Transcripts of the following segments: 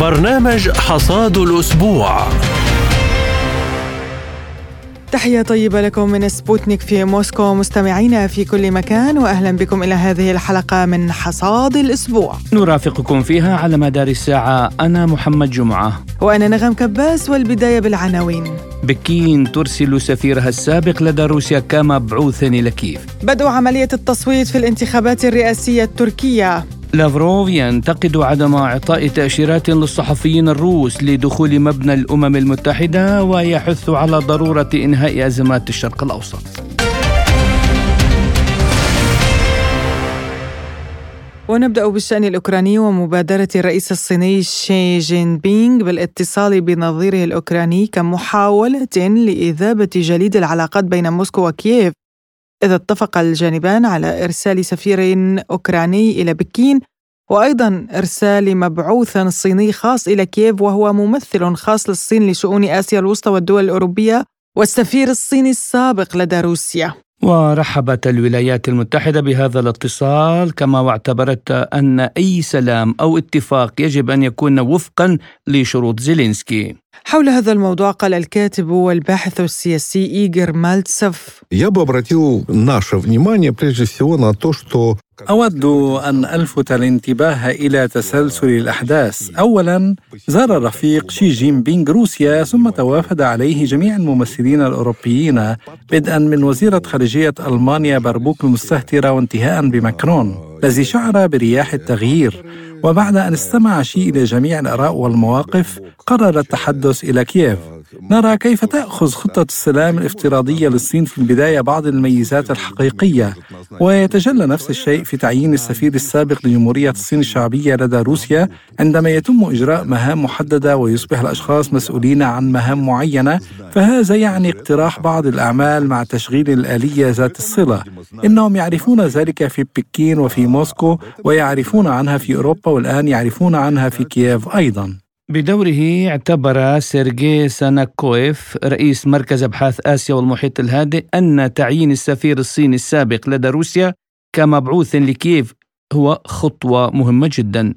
برنامج حصاد الأسبوع. تحية طيبة لكم من سبوتنيك في موسكو مستمعينا في كل مكان، وأهلا بكم إلى هذه الحلقة من حصاد الأسبوع نرافقكم فيها على مدار الساعة. أنا محمد جمعة وأنا نغم كباس. والبداية بالعناوين. بكين ترسل سفيرها السابق لدى روسيا كمبعوث إلى كييف. بدء عملية التصويت في الانتخابات الرئاسية التركية. لافروف ينتقد عدم إعطاء تأشيرات للصحفيين الروس لدخول مبنى الأمم المتحدة، ويحث على ضرورة إنهاء أزمات الشرق الأوسط. ونبدأ بالشأن الأوكراني ومبادرة الرئيس الصيني شي جين بينغ بالاتصال بنظيره الأوكراني كمحاولة لإذابة جليد العلاقات بين موسكو وكييف، إذا اتفق الجانبان على إرسال سفير أوكراني إلى بكين، وأيضا إرسال مبعوث صيني خاص إلى كييف وهو ممثل خاص للصين لشؤون آسيا الوسطى والدول الأوروبية والسفير الصيني السابق لدى روسيا. ورحبت الولايات المتحدة بهذا الاتصال، كما واعتبرت أن أي سلام أو اتفاق يجب أن يكون وفقا لشروط زيلينسكي. حول هذا الموضوع قال الكاتب والباحث السياسي إيغور مالتسف: أود أن ألفت الانتباه إلى تسلسل الأحداث. أولاً، زار الرفيق شي جين بينغ روسيا، ثم توافد عليه جميع الممثلين الأوروبيين، بدءاً من وزيرة خارجية ألمانيا بربوك المستهترة وانتهاءً بماكرون الذي شعر برياح التغيير. وبعد أن استمع شي إلى جميع الآراء والمواقف، قرر التحدث إلى كييف. نرى كيف تأخذ خطة السلام الافتراضية للصين في البداية بعض الميزات الحقيقية، ويتجلى نفس الشيء في تعيين السفير السابق لجمهورية الصين الشعبية لدى روسيا عندما يتم إجراء مهام محددة ويصبح الأشخاص مسؤولين عن مهام معينة. فهذا يعني اقتراح بعض الأعمال مع تشغيل الآلية ذات الصلة. إنهم يعرفون ذلك في بكين وفي موسكو، ويعرفون عنها في أوروبا، والآن يعرفون عنها في كييف أيضاً. بدوره اعتبر سيرجي ساناكويف رئيس مركز أبحاث آسيا والمحيط الهادئ أن تعيين السفير الصيني السابق لدى روسيا كمبعوث لكييف هو خطوة مهمة جدا.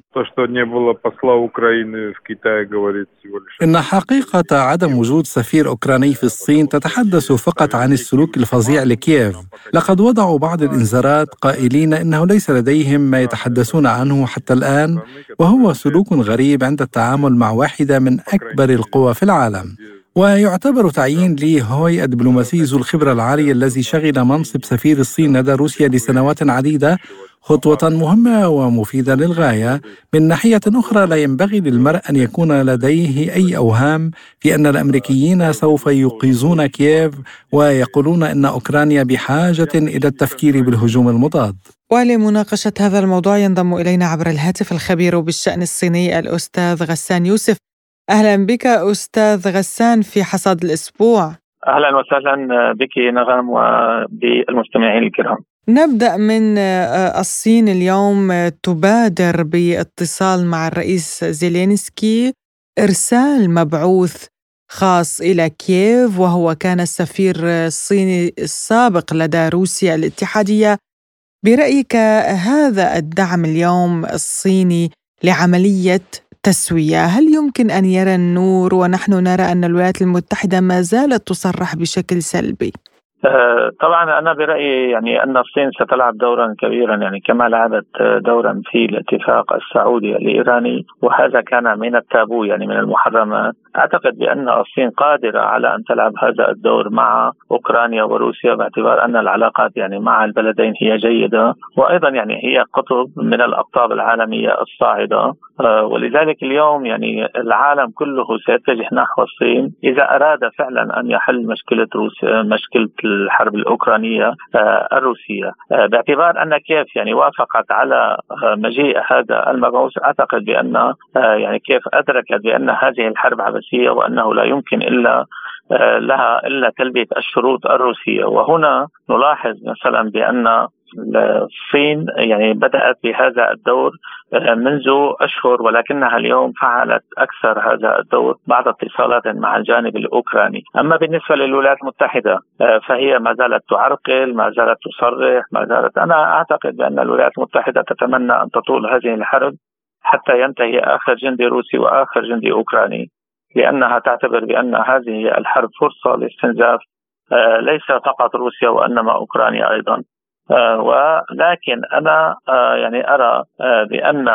إن حقيقة عدم وجود سفير أوكراني في الصين تتحدث فقط عن السلوك الفظيع لكييف. لقد وضعوا بعض الإنذارات قائلين إنه ليس لديهم ما يتحدثون عنه حتى الآن، وهو سلوك غريب عند التعامل مع واحدة من أكبر القوى في العالم. ويعتبر تعيين لي هوي الدبلوماسي ذو الخبرة العالية الذي شغل منصب سفير الصين لدى روسيا لسنوات عديدة خطوة مهمة ومفيدة للغاية. من ناحية أخرى، لا ينبغي للمرء أن يكون لديه أي أوهام في أن الأمريكيين سوف يوقظون كييف ويقولون أن أوكرانيا بحاجة إلى التفكير بالهجوم المضاد. ولمناقشة هذا الموضوع ينضم إلينا عبر الهاتف الخبير بالشأن الصيني الأستاذ غسان يوسف. أهلا بك أستاذ غسان في حصاد الأسبوع. أهلا وسهلا بك نغم وبالمستمعين الكرام. نبدأ من الصين اليوم تبادر باتصال مع الرئيس زيلينسكي إرسال مبعوث خاص إلى كييف، وهو كان السفير الصيني السابق لدى روسيا الاتحادية. برأيك هذا الدعم اليوم الصيني لعملية تسوية هل يمكن أن يرى النور، ونحن نرى أن الولايات المتحدة ما زالت تصرح بشكل سلبي؟ طبعا أنا برأيي يعني أن الصين ستلعب دورا كبيرا، يعني كما لعبت دورا في الاتفاق السعودي الإيراني، وهذا كان من التابو يعني من المحرمات. أعتقد بأن الصين قادرة على أن تلعب هذا الدور مع أوكرانيا وروسيا، باعتبار أن العلاقات يعني مع البلدين هي جيدة، وأيضا يعني هي قطب من الأقطاب العالمية الصاعدة. ولذلك اليوم يعني العالم كله سيتجه نحو الصين إذا أراد فعلا أن يحل مشكلة روسيا، مشكلة الحرب الأوكرانية الروسية، باعتبار أن كييف يعني وافقت على مجيء هذا المبعوث. أعتقد بأن يعني كييف أدركت بأن هذه الحرب عبثية، وأنه لا يمكن لها إلا تلبية الشروط الروسية. وهنا نلاحظ مثلا بأن الصين يعني بدأت بهذا الدور منذ أشهر، ولكنها اليوم فعلت أكثر هذا الدور بعد اتصالات مع الجانب الأوكراني. أما بالنسبة للولايات المتحدة فهي ما زالت تعرقل، ما زالت تصرح، أنا أعتقد بأن الولايات المتحدة تتمنى أن تطول هذه الحرب حتى ينتهي آخر جندي روسي وآخر جندي أوكراني، لأنها تعتبر بأن هذه الحرب فرصة لاستنزاف ليس فقط روسيا وإنما أوكرانيا أيضا. ولكن أنا يعني أرى بأن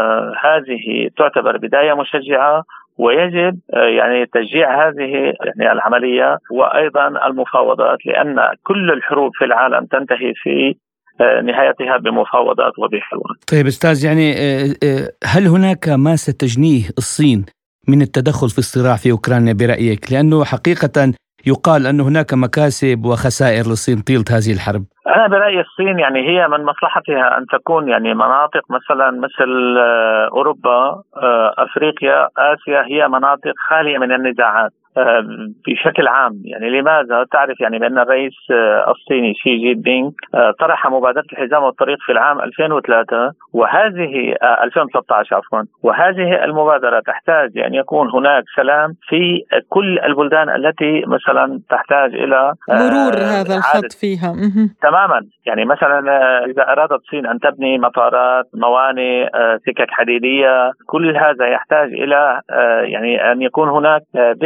هذه تعتبر بداية مشجعة، ويجب يعني تشجيع هذه يعني العملية وأيضا المفاوضات، لأن كل الحروب في العالم تنتهي في نهايتها بمفاوضات وبحوار. طيب أستاذ، يعني هل هناك ما ستجنيه الصين من التدخل في الصراع في أوكرانيا برأيك؟ لأنه حقيقة يقال أن هناك مكاسب وخسائر للصين طيلة هذه الحرب. أنا برأيي الصين يعني هي من مصلحتها أن تكون يعني مناطق مثلا مثل أوروبا، أفريقيا، آسيا، هي مناطق خالية من النزاعات بشكل عام. يعني لماذا؟ تعرف يعني بأن الرئيس الصيني شي جين بينغ طرح مبادرة الحزام والطريق في العام 2003 وهذه 2013 عفوا، وهذه المبادرة تحتاج أن يكون هناك سلام في كل البلدان التي مثلا تحتاج إلى مرور هذا الخط فيها. تماما. يعني مثلا إذا أرادت الصين أن تبني مطارات، موانئ، سكك حديدية، كل هذا يحتاج إلى يعني أن يكون هناك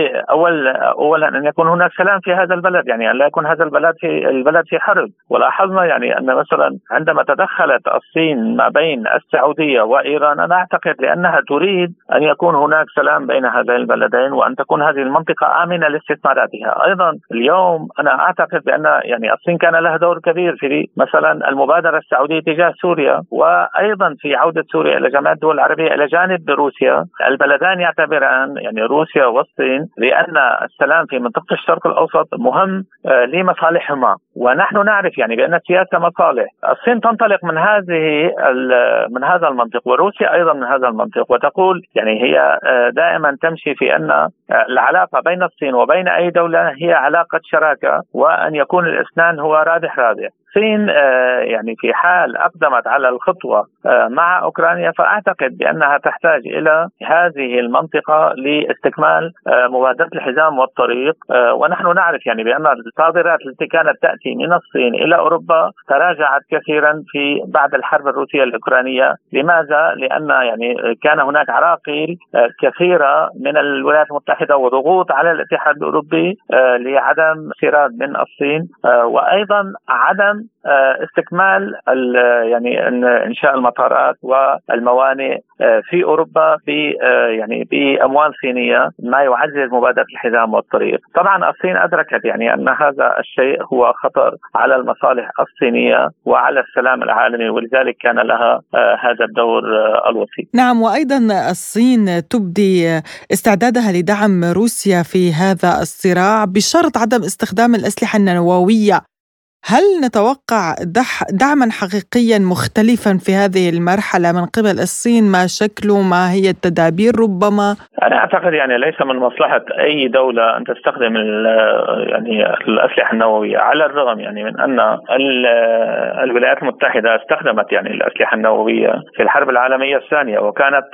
أولا أن يكون هناك سلام في هذا البلد، يعني أن لا يكون هذا البلد في حرب. ولاحظنا يعني أن مثلا عندما تدخلت الصين ما بين السعودية وإيران، أنا أعتقد لأنها تريد أن يكون هناك سلام بين هذين البلدين وأن تكون هذه المنطقة آمنة لاستثماراتها. أيضا اليوم أنا أعتقد بأن يعني الصين كان لها دور كبير في مثلا المبادرة السعودية تجاه سوريا، وأيضا في عودة سوريا إلى جامعة الدول العربية إلى جانب روسيا. البلدان يعتبران يعني روسيا والصين لأن السلام في منطقة الشرق الأوسط مهم لمصالحهما، ونحن نعرف يعني بأن السياسة مصالح. الصين تنطلق من هذا المنطق، وروسيا أيضا من هذا المنطق، وتقول يعني هي دائما تمشي في أن العلاقة بين الصين وبين أي دولة هي علاقة شراكة، وأن يكون الاثنان هو رابح. الصين يعني في حال أقدمت على الخطوة مع أوكرانيا، فأعتقد بأنها تحتاج إلى هذه المنطقة لاستكمال مبادرة الحزام والطريق. ونحن نعرف يعني بأن الصادرات التي كانت تأتي من الصين إلى أوروبا تراجعت كثيرا بعد الحرب الروسية الأوكرانية. لماذا؟ لأن يعني كان هناك عراقيل كثيرة من الولايات المتحدة وضغوط على الاتحاد الأوروبي لعدم استيراد من الصين، وأيضا عدم استكمال يعني إنشاء المطارات والموانئ في أوروبا يعني بأموال صينية، ما يعزز مبادرة الحزام والطريق. طبعا الصين أدركت يعني أن هذا الشيء هو خطر على المصالح الصينية وعلى السلام العالمي، ولذلك كان لها هذا الدور الوسيط. نعم، وأيضا الصين تبدي استعدادها لدعم روسيا في هذا الصراع بشرط عدم استخدام الأسلحة النووية. هل نتوقع دعما حقيقيا مختلفا في هذه المرحلة من قبل الصين؟ ما شكله؟ ما هي التدابير ربما؟ أنا أعتقد يعني ليس من مصلحة أي دولة أن تستخدم يعني الأسلحة النووية، على الرغم يعني من أن الولايات المتحدة استخدمت يعني الأسلحة النووية في الحرب العالمية الثانية، وكانت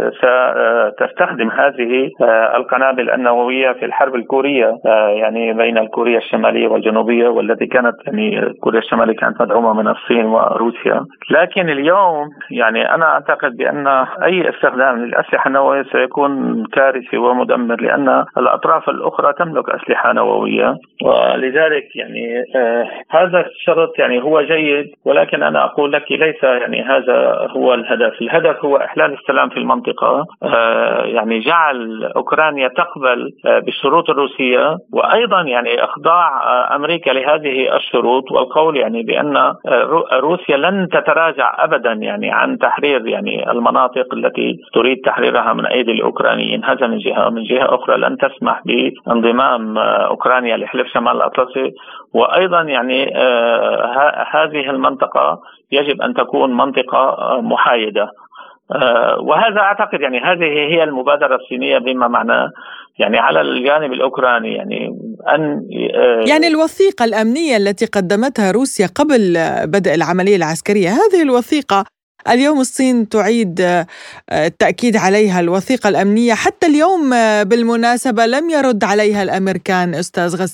ستستخدم هذه القنابل النووية في الحرب الكورية يعني بين الكوريا الشمالية والجنوبية، والتي كانت يعني كوريا الشمالية كانت مدعومة من الصين وروسيا. لكن اليوم يعني أنا أعتقد بأن أي استخدام للأسلحة النووية سيكون كارثي ومدمر، لأن الأطراف الأخرى تملك أسلحة نووية، ولذلك يعني هذا الشرط يعني هو جيد، ولكن أنا أقول لك ليس يعني هذا هو الهدف. الهدف هو إحلال السلام في المنطقة، يعني جعل أوكرانيا تقبل بالشروط الروسية، وأيضا يعني إخضاع أمريكا لهذه الشروط، والقول يعني بأن روسيا لن تتراجع أبدا يعني عن تحرير يعني المناطق التي تريد تحريرها من أيدي الأوكرانيين. هذا من جهة. من جهة أخرى لن تسمح بانضمام أوكرانيا لحلف شمال الأطلسي، وأيضا يعني هذه المنطقة يجب أن تكون منطقة محايدة. وهذا أعتقد يعني هذه هي المبادرة الصينية بما معناه يعني على الجانب الأوكراني، يعني الوثيقة الأمنية التي قدمتها روسيا قبل بدء العملية العسكرية، هذه الوثيقة اليوم الصين تعيد التأكيد عليها. الوثيقة الأمنية حتى اليوم بالمناسبة لم يرد عليها الأمريكان أستاذ غسان.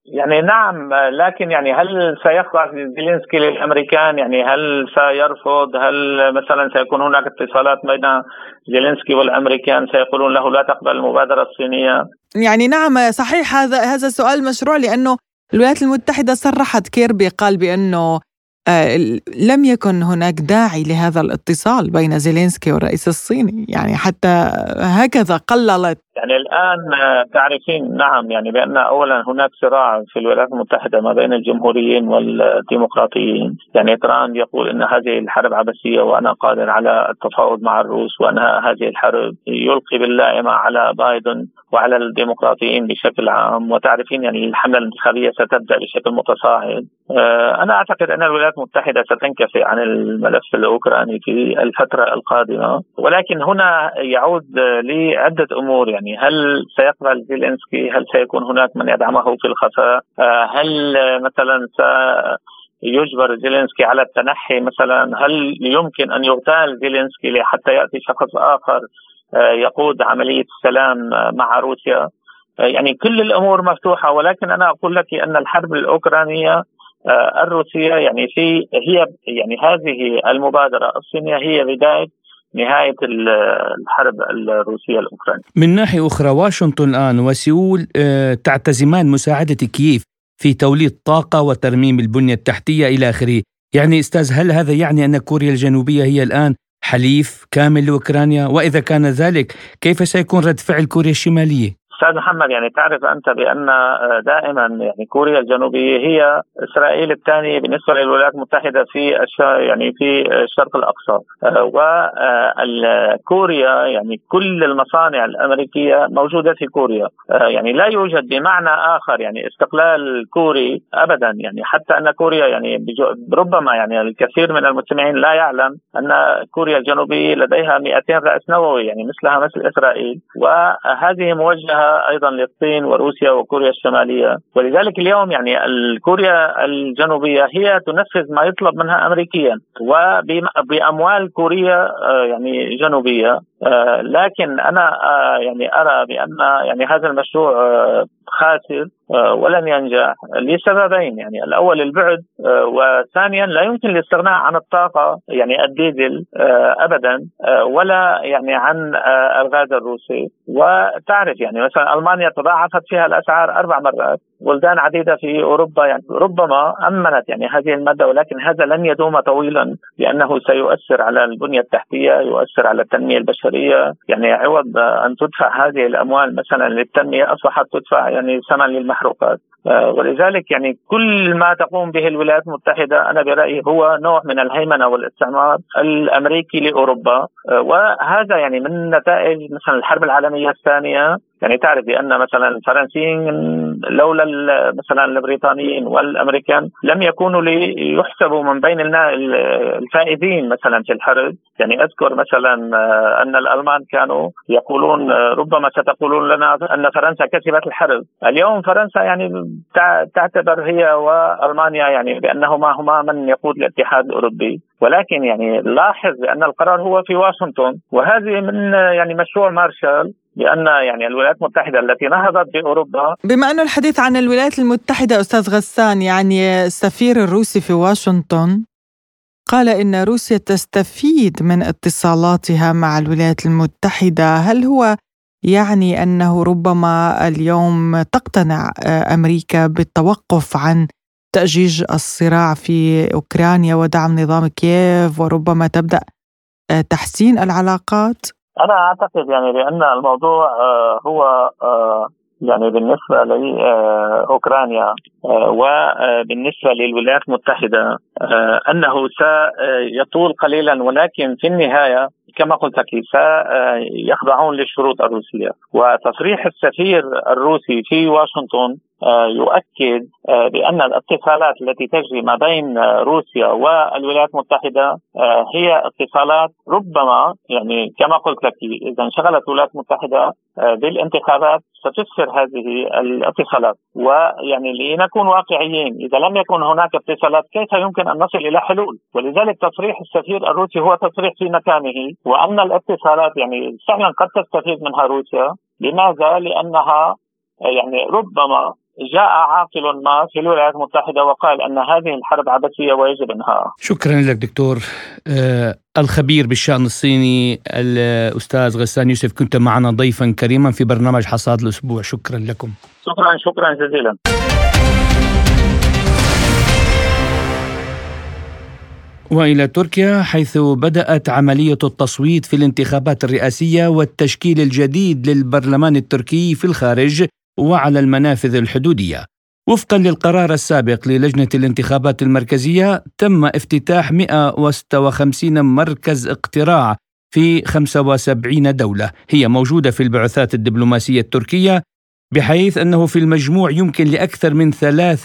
يعني نعم، لكن يعني هل سيخضع زيلينسكي للأمريكان؟ يعني هل سيرفض؟ هل مثلا سيكون هناك اتصالات بين زيلينسكي والأمريكان سيقولون له لا تقبل المبادرة الصينية؟ يعني نعم صحيح، هذا سؤال مشروع، لأنه الولايات المتحدة صرحت، كيربي قال بأنه لم يكن هناك داعي لهذا الاتصال بين زيلينسكي والرئيس الصيني، يعني حتى هكذا قللت. يعني الآن تعرفين نعم يعني بأن أولا هناك صراع في الولايات المتحدة ما بين الجمهوريين والديمقراطيين. يعني ترامب يقول أن هذه الحرب عبثية وأنا قادر على التفاوض مع الروس وأنهاء هذه الحرب، يلقي باللائمة على بايدن وعلى الديمقراطيين بشكل عام. وتعرفين يعني الحملة الانتخابية ستبدأ بشكل متصاعد. أنا أعتقد أن الولايات المتحدة ستنكفئ عن الملف الأوكراني في الفترة القادمة، ولكن هنا يعود لعدة أمور. يعني هل سيقبل زيلينسكي؟ هل سيكون هناك من يدعمه في الخفاء؟ هل مثلا سيجبر زيلينسكي على التنحي مثلا؟ هل يمكن أن يغتال زيلينسكي حتى يأتي شخص آخر يقود عملية السلام مع روسيا؟ يعني كل الأمور مفتوحة. ولكن أنا أقول لك أن الحرب الأوكرانية الروسية هي يعني هذه المبادرة الصينية هي بداية نهاية الحرب الروسية الأوكرانية. من ناحية أخرى، واشنطن الآن وسيول تعتزمان مساعدة كييف في توليد طاقة وترميم البنية التحتية إلى آخره. يعني أستاذ، هل هذا يعني أن كوريا الجنوبية هي الآن حليف كامل لأوكرانيا؟ وإذا كان ذلك، كيف سيكون رد فعل كوريا الشمالية؟ أستاذ محمد، يعني تعرف أنت بأن دائما يعني كوريا الجنوبية هي إسرائيل الثانية بالنسبة للولايات المتحدة في الشرق الأقصى. وكوريا يعني كل المصانع الأمريكية موجودة في كوريا. يعني لا يوجد بمعنى آخر يعني استقلال كوري أبدا. يعني حتى أن كوريا يعني ربما يعني الكثير من المستمعين لا يعلم أن كوريا الجنوبية لديها 200 رأس نووي، يعني مثلها مثل إسرائيل، وهذه موجهة أيضا للصين وروسيا وكوريا الشمالية. ولذلك اليوم يعني كوريا الجنوبية هي تنفذ ما يطلب منها أمريكيا وبأموال كوريا يعني جنوبية. لكن أنا يعني أرى بأن يعني هذا المشروع خاسر ولن ينجح لسببين. يعني الأول البعد، وثانيا لا يمكن الاستغناء عن الطاقة يعني الديزل أبدا، ولا يعني عن الغاز الروسي. وتعرف يعني مثلا ألمانيا تضاعفت فيها الأسعار 4 مرات. بلدان عديدة في أوروبا يعني ربما أمنت يعني هذه المادة، ولكن هذا لن يدوم طويلا لأنه سيؤثر على البنية التحتية، يؤثر على التنمية البشرية. يعني عوض أن تدفع هذه الأموال مثلا للتنمية أصبحت تدفع يعني ثمن للمحروقات. ولذلك يعني كل ما تقوم به الولايات المتحدة أنا برأيي هو نوع من الهيمنة والاستعمار الأمريكي لأوروبا. وهذا يعني من نتائج مثلا الحرب العالمية الثانية. يعني تعرف بأن مثلا الفرنسيين لولا مثلا البريطانيين والأمريكان لم يكونوا ليحسبوا من بين الفائزين مثلا في الحرب. يعني أذكر مثلا أن الألمان كانوا يقولون ربما ستقولون لنا أن فرنسا كسبت الحرب. اليوم فرنسا يعني تعتبر هي وألمانيا يعني بأنهما هما من يقود الاتحاد الأوروبي. ولكن يعني لاحظ أن القرار هو في واشنطن، وهذه من يعني مشروع مارشال، لأن يعني الولايات المتحدة التي نهضت بأوروبا. بما أنه الحديث عن الولايات المتحدة أستاذ غسان، يعني السفير الروسي في واشنطن قال إن روسيا تستفيد من اتصالاتها مع الولايات المتحدة. هل هو يعني أنه ربما اليوم تقتنع أمريكا بالتوقف عن تأجيج الصراع في أوكرانيا ودعم نظام كييف، وربما تبدأ تحسين العلاقات؟ أنا أعتقد يعني بأن الموضوع هو يعني بالنسبة لأوكرانيا وبالنسبة للولايات المتحدة أنه سيطول قليلا، ولكن في النهاية كما قلت لك سيخضعون للشروط الروسية. وتصريح السفير الروسي في واشنطن يؤكد بأن الاتصالات التي تجري ما بين روسيا والولايات المتحدة هي اتصالات ربما يعني كما قلت لك إذا انشغلت الولايات المتحدة بالانتخابات ستسفر هذه الاتصالات. ويعني لنكون واقعيين، إذا لم يكن هناك اتصالات كيف يمكن أن نصل إلى حلول؟ ولذلك تصريح السفير الروسي هو تصريح في مكانه. وأن الاتصالات يعني فعلا قد تستفيد منها روسيا. لماذا؟ لأنها يعني ربما جاء عاقل ما في الولايات المتحدة وقال أن هذه الحرب عبثية ويجب إنهائها. شكرا لك دكتور. الخبير بالشأن الصيني الأستاذ غسان يوسف، كنت معنا ضيفا كريما في برنامج حصاد الأسبوع. شكرا لكم. شكرا جزيلا. وإلى تركيا، حيث بدأت عملية التصويت في الانتخابات الرئاسية والتشكيل الجديد للبرلمان التركي في الخارج وعلى المنافذ الحدودية. وفقا للقرار السابق للجنة الانتخابات المركزية، تم افتتاح 156 مركز اقتراع في 75 دولة هي موجودة في البعثات الدبلوماسية التركية، بحيث أنه في المجموع يمكن لأكثر من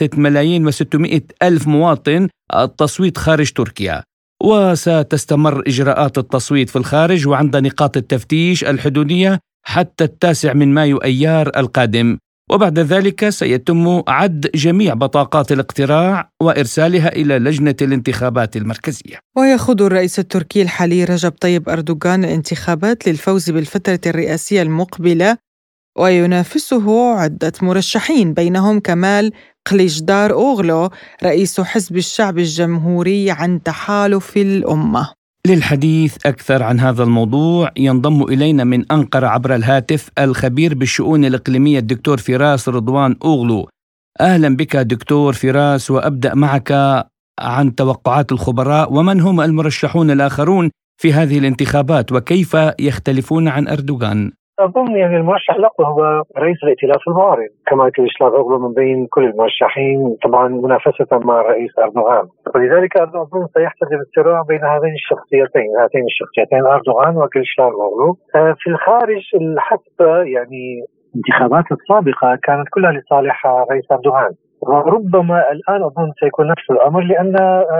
3,600,000 مواطن التصويت خارج تركيا. وستستمر إجراءات التصويت في الخارج وعند نقاط التفتيش الحدودية حتى 9 مايو أيار القادم، وبعد ذلك سيتم عد جميع بطاقات الاقتراع وإرسالها إلى لجنة الانتخابات المركزية. ويخوض الرئيس التركي الحالي رجب طيب أردوغان الانتخابات للفوز بالفترة الرئاسية المقبلة، وينافسه عدة مرشحين بينهم كمال كليجدار أوغلو رئيس حزب الشعب الجمهوري عن تحالف الأمة. للحديث أكثر عن هذا الموضوع ينضم إلينا من أنقرة عبر الهاتف الخبير بالشؤون الإقليمية الدكتور فراس رضوان أوغلو. أهلا بك دكتور فراس، وأبدأ معك عن توقعات الخبراء ومن هم المرشحون الآخرون في هذه الانتخابات وكيف يختلفون عن أردوغان. أظن المرشح الأقوى هو رئيس الائتلاف المعارض كمال كليجدار من بين كل المرشحين، طبعا منافسة مع الرئيس أردوغان، ولذلك أظن سيحتدم الصراع بين هاتين الشخصيتين أردوغان وكليجدار. في الخارج الحسب الانتخابات السابقة كانت كلها لصالح رئيس أردوغان، وربما الآن أظن سيكون نفس الأمر، لأن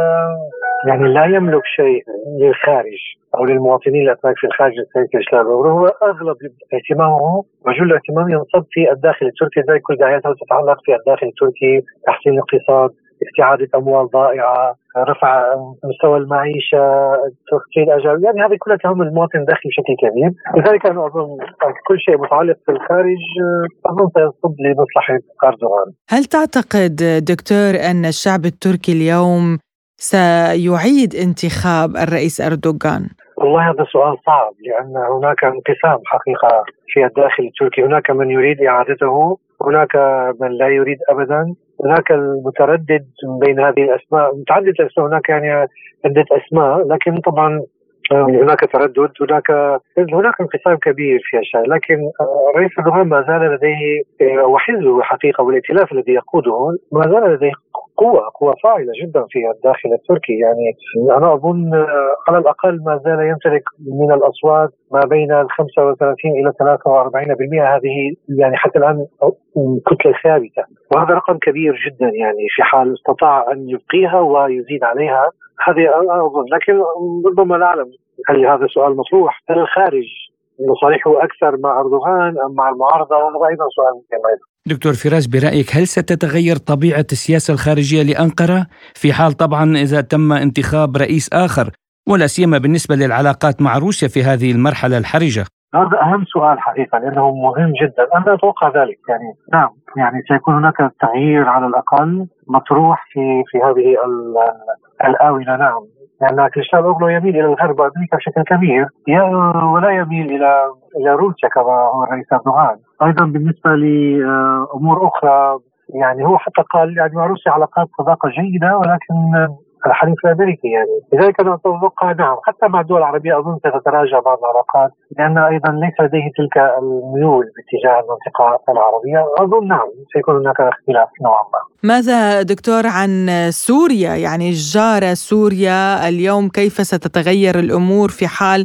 لا يملك شيء للخارج أو للمواطنين الأتراك في الخارج. السيد كليجدار هو أغلب اهتمامه وجل اهتمامه ينصب في الداخل التركي، زي كل دعاياته تتعلق في الداخل التركي، تحسين الاقتصاد، استعادة أموال ضائعة، رفع مستوى المعيشة، تخفيض الأجار، هذه كلها تهم المواطن الداخلي بشكل كبير. لذلك أنا أظن كل شيء متعلق في الخارج أظن سيصب لمصلحة أردوغان. هل تعتقد دكتور أن الشعب التركي اليوم سيعيد انتخاب الرئيس أردوغان؟ والله هذا سؤال صعب، لأن هناك انقسام حقيقة في الداخل التركي، هناك من يريد إعادته، هناك من لا يريد أبدا، هناك المتردد بين هذه الأسماء، متعدد الأسماء، هناك عدة أسماء، لكن طبعا هناك تردد، هناك انقسام كبير في الشارع. لكن رئيس أردوغان ما زال لديه وحزبه حقيقة، والائتلاف الذي يقوده ما زال لديه قوة فاعلة جدا في الداخل التركي. أنا أظن على الأقل ما زال يمتلك من الأصوات ما بين 35 إلى 43%، هذه حتى الآن كتلة ثابتة، وهذا رقم كبير جدا في حال استطاع أن يبقيها ويزيد عليها، هذه أنا أظن. لكن ربما لا أعلم هل هذا سؤال مطروح، هل الخارج مصالحه أكثر مع أردوغان أم مع المعارضة؟ هذا أيضا سؤال مهم. دكتور فراس، برأيك هل ستتغير طبيعة السياسة الخارجية لأنقرة في حال طبعا إذا تم انتخاب رئيس آخر، ولا سيما بالنسبة للعلاقات مع روسيا في هذه المرحلة الحرجة؟ هذا أهم سؤال حقيقة، لأنه مهم جدا. أنا أتوقع ذلك. نعم، سيكون هناك تغيير على الأقل مطروح في هذه الآونة. نعم، لأن كليجدار أوغلو يميل إلى الغرب وأمريكا بشكل كبير، ولا يميل إلى روسيا كما هو الرئيس أردوغان. أيضا بالنسبة لأمور أخرى، هو حتى قال مع روسيا علاقات صداقة جيدة، ولكن الحليف الأمريكي لذلك أنا أتوقع نعم حتى مع الدول العربية أظن ستتراجع بعض العلاقات، لأن أيضا ليس لديه تلك الميول باتجاه المنطقة العربية. أظن نعم سيكون هناك اختلاف نوعا ما. ماذا دكتور عن سوريا؟ الجارة سوريا اليوم كيف ستتغير الأمور في حال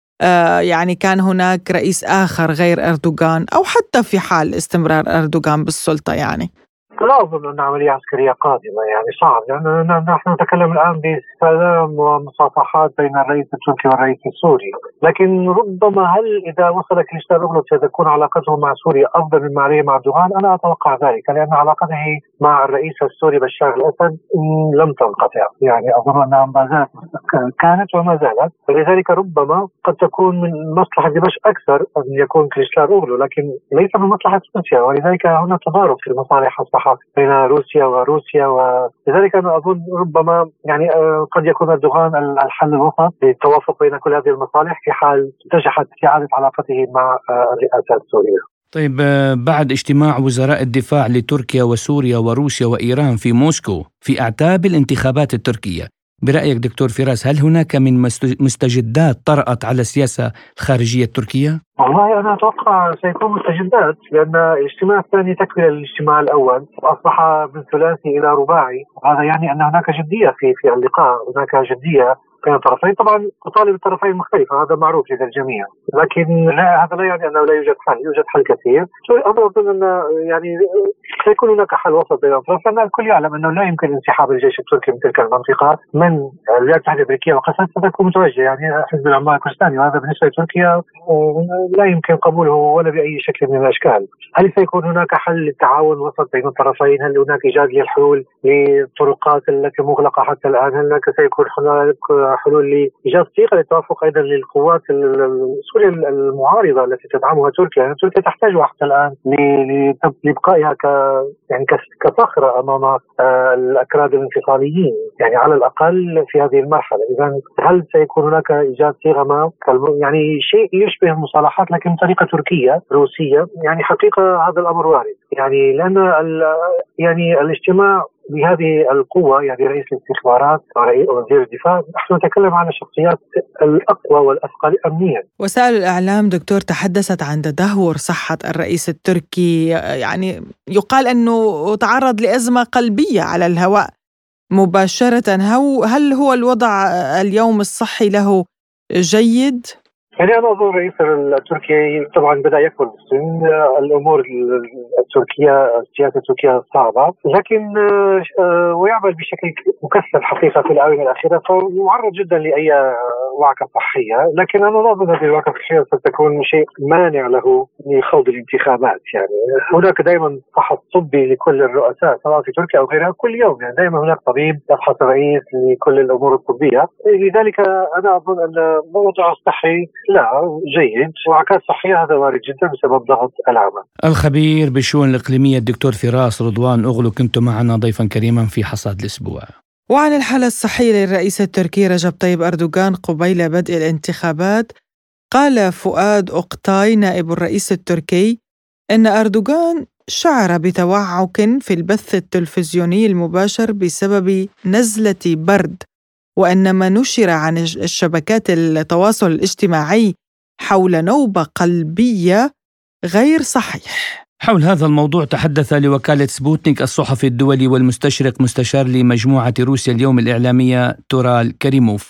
كان هناك رئيس آخر غير أردوغان، أو حتى في حال استمرار أردوغان بالسلطة؟ لا أظن أن عملية عسكرية قادمة، صعب، لأن نحن نتكلم الآن بسلام ومصافحات بين الرئيس التركي والرئيس السوري، لكن ربما هل إذا وصل كليجدار أوغلو ستكون علاقته مع سوريا أفضل من عليه مع أردوغان؟ أنا أتوقع ذلك، لأن علاقته مع الرئيس السوري بشار الأسد لم تنقطع، أظن أنها ما زالت كانت وما زالت، ولذلك ربما قد تكون من مصلحة دمشق أكثر أن يكون كليجدار أوغلو، لكن ليس من مصلحة روسيا، ولذلك هنا تضارب في المصالح أصبح المصالحة بين روسيا ولذلك أنا أظن ربما يعني قد يكون أردوغان الحل الوسط للتوافق بين كل هذه المصالح في حال نجحت استعادة علاقته مع الرئاسة السورية. طيب، بعد اجتماع وزراء الدفاع لتركيا وسوريا وروسيا وإيران في موسكو في أعتاب الانتخابات التركية، برأيك دكتور فراس هل هناك من مستجدات طرأت على السياسة الخارجية التركية؟ والله أنا أتوقع سيكون مستجدات، لأن الاجتماع الثاني تكمل الاجتماع الأول وأصبح من ثلاثي إلى رباعي. هذا يعني أن هناك جدية في اللقاء، هناك جدية بين الطرفين. طبعا تطالب الطرفين مختلفة، هذا معروف لدى الجميع، لكن هذا لا يعني أنه لا يوجد حل، يوجد حل كثير. أنا أظن أن يعني سيكون هناك حل وسط بين الأطراف، لأن الكل يعلم أنه لا يمكن انسحاب الجيش التركي من تلك المنطقة من الولايات المتحدة الأمريكية، وقد ستكون متوجهة يعني حزب العمال الكردستاني، وهذا بالنسبة لتركيا لا يمكن قبوله ولا بأي شكل من الأشكال. هل سيكون هناك حل للتعاون وسط بين الطرفين؟ هل هناك إيجاد للحلول للطرقات التي مغلقة حتى الآن؟ هل هناك سيكون هناك حلول لإيجاد صيغة للتوافق أيضا للقوات السورية المعارضة التي تدعمها تركيا؟ يعني تركيا تحتاجها حتى الآن لبقائها كصخرة أمام الأكراد الانفصاليين، يعني على الأقل في هذه المرحلة. إذا هل سيكون هناك إيجاد صيغة ما يعني شيء يشبه المصالحات لكن بطريقة تركية روسية؟ يعني حقيقة هذا الأمر وارد، يعني لأن يعني الاجتماع بهذه القوة، يعني رئيس الاستخبارات ووزير الدفاع، نحن نتكلم عن الشخصيات الأقوى والأثقل أمنيا. وسائل الإعلام دكتور تحدثت عن تدهور صحة الرئيس التركي، يعني يقال أنه تعرض لأزمة قلبية على الهواء مباشرة. هل هو الوضع اليوم الصحي له جيد؟ يعني أنا أظن الرئيس التركي طبعا بدأ يكبر بالسن، الأمور التركية السياسة التركية صعبة، لكن ويعمل بشكل مكثف حقيقة في الآونة الأخيرة، فمعرض جدا لأي وعكة صحية. لكن أنا لا أظن هذه الوعكة الصحية ستكون شيء مانع له لخوض الانتخابات. يعني هناك دائما فحص طبي لكل الرؤساء سواء في تركيا أو غيرها كل يوم، يعني دائما هناك طبيب يفحص الرئيس لكل الأمور الطبية. لذلك أنا أظن أن موضوع الصحي لا جيد، وعكات صحية هذا وارد جدا بسبب ضغط العمل. الخبير بالشؤون الإقليمية الدكتور فراس رضوان أغلو، كنت معنا ضيفا كريما في حصاد الأسبوع. وعن الحالة الصحية للرئيس التركي رجب طيب أردوغان قبيل بدء الانتخابات، قال فؤاد أقتاي نائب الرئيس التركي أن أردوغان شعر بتوعك في البث التلفزيوني المباشر بسبب نزلة برد، وأن ما نشر عن الشبكات التواصل الاجتماعي حول نوبة قلبية غير صحيح. حول هذا الموضوع تحدث لوكالة سبوتنيك الصحفي الدولي والمستشرق مستشار لمجموعة روسيا اليوم الإعلامية تورال كريموف.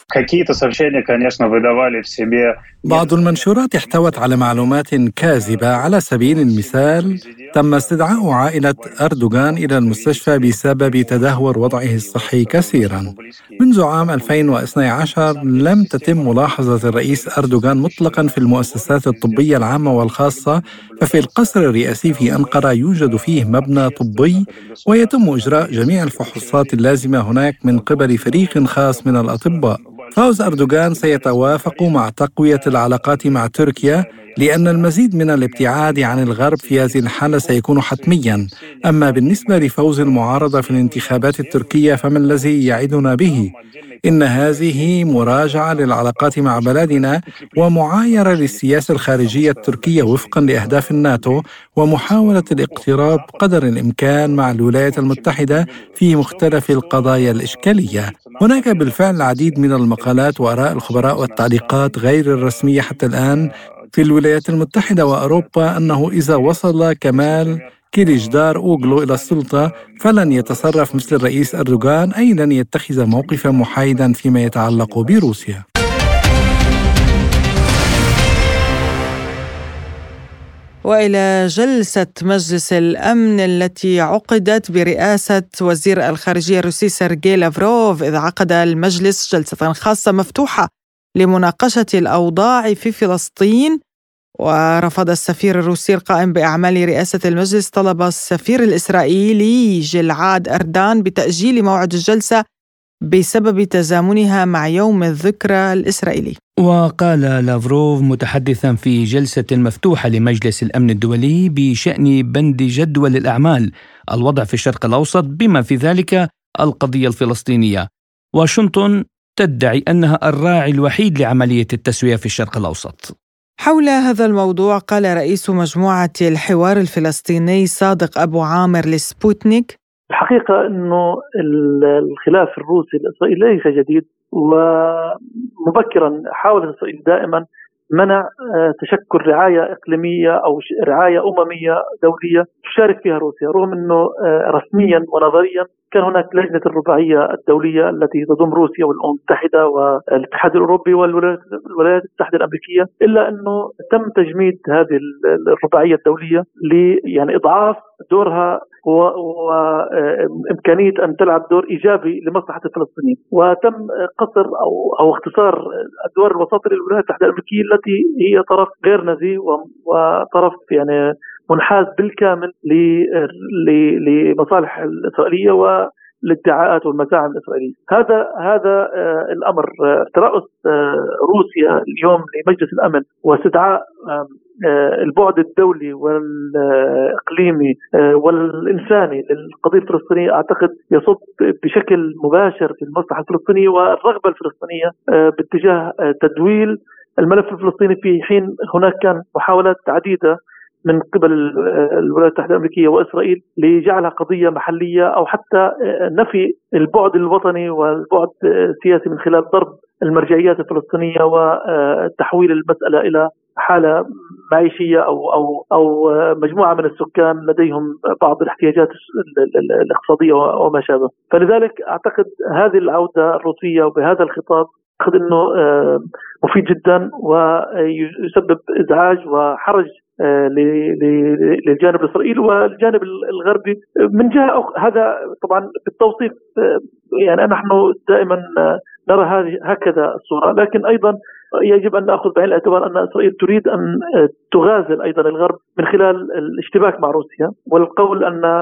بعض المنشورات احتوت على معلومات كاذبة. على سبيل المثال تم استدعاء عائلة أردوغان إلى المستشفى بسبب تدهور وضعه الصحي كثيرا. منذ عام 2012 لم تتم ملاحظة الرئيس أردوغان مطلقا في المؤسسات الطبية العامة والخاصة، ففي القصر الرئاسي في أنقرة يوجد فيه مبنى طبي ويتم إجراء جميع الفحوصات اللازمة هناك من قبل فريق خاص من الأطباء. فوز أردوغان سيتوافق مع تقوية العلاقات مع تركيا، لأن المزيد من الابتعاد عن الغرب في هذه الحالة سيكون حتميا. أما بالنسبة لفوز المعارضة في الانتخابات التركية فما الذي يعدنا به؟ إن هذه مراجعة للعلاقات مع بلدنا ومعايرة للسياسة الخارجية التركية وفقا لأهداف الناتو، ومحاولة الاقتراب قدر الإمكان مع الولايات المتحدة في مختلف القضايا الإشكالية. هناك بالفعل العديد من المقالات وآراء الخبراء والتعليقات غير الرسمية حتى الآن في الولايات المتحدة وأوروبا أنه إذا وصل كمال كيليجدار أوغلو إلى السلطة فلن يتصرف مثل الرئيس أردوغان، أي لن يتخذ موقفا محايدا فيما يتعلق بروسيا. وإلى جلسة مجلس الأمن التي عقدت برئاسة وزير الخارجية الروسي سيرجي لافروف، إذ عقد المجلس جلسة خاصة مفتوحة لمناقشة الأوضاع في فلسطين. ورفض السفير الروسي القائم بأعمال رئاسة المجلس طلب السفير الإسرائيلي جلعاد أردان بتأجيل موعد الجلسة بسبب تزامنها مع يوم الذكرى الإسرائيلي. وقال لافروف متحدثا في جلسة مفتوحة لمجلس الأمن الدولي بشأن بند جدول الأعمال الوضع في الشرق الأوسط بما في ذلك القضية الفلسطينية. واشنطن تدعي أنها الراعي الوحيد لعملية التسوية في الشرق الأوسط. حول هذا الموضوع قال رئيس مجموعة الحوار الفلسطيني صادق أبو عامر لسبوتنيك: الحقيقة أنه الخلاف الروسي الإسرائيلي ليس جديد، ومبكرا حاولت إسرائيل دائما منع تشكل رعاية إقليمية أو رعاية أممية دولية تشارك فيها روسيا، رغم أنه رسميا ونظريا كان هناك لجنة الرباعية الدولية التي تضم روسيا والأمم المتحدة والاتحاد الأوروبي والولايات المتحدة الأمريكية، إلا أنه تم تجميد هذه الرباعية الدولية يعني إضعاف دورها وإمكانية أن تلعب دور إيجابي لمصلحة الفلسطينيين، وتم قصر أو اختصار الدور الوساطي للولايات المتحدة الأمريكية التي هي طرف غير نزيه وطرف يعني منحاز بالكامل لمصالح الإسرائيلية والادعاءات والمزاعم الإسرائيلية. هذا الأمر ترأس روسيا اليوم لمجلس الأمن واستدعاء البعد الدولي والإقليمي والإنساني للقضية الفلسطينية أعتقد يصب بشكل مباشر في المصلحة الفلسطينية والرغبة الفلسطينية باتجاه تدويل الملف الفلسطيني، في حين هناك كان محاولات عديدة من قبل الولايات المتحدة الأمريكية وإسرائيل لجعلها قضية محلية أو حتى نفي البعد الوطني والبعد السياسي من خلال ضرب المرجعيات الفلسطينية وتحويل المسألة إلى حالة معيشية أو مجموعة من السكان لديهم بعض الاحتياجات الاقتصادية وما شابه. فلذلك أعتقد هذه العودة الروسية وبهذا الخطاب أعتقد أنه مفيد جدا ويسبب إزعاج وحرج للجانب الإسرائيلي والجانب الغربي من جهة هذا طبعا بالتوصيف يعني نحن دائما نرى هكذا الصورة، لكن أيضا يجب أن نأخذ بعين الاعتبار أن إسرائيل تريد أن تغازل أيضا الغرب من خلال الاشتباك مع روسيا، والقول أن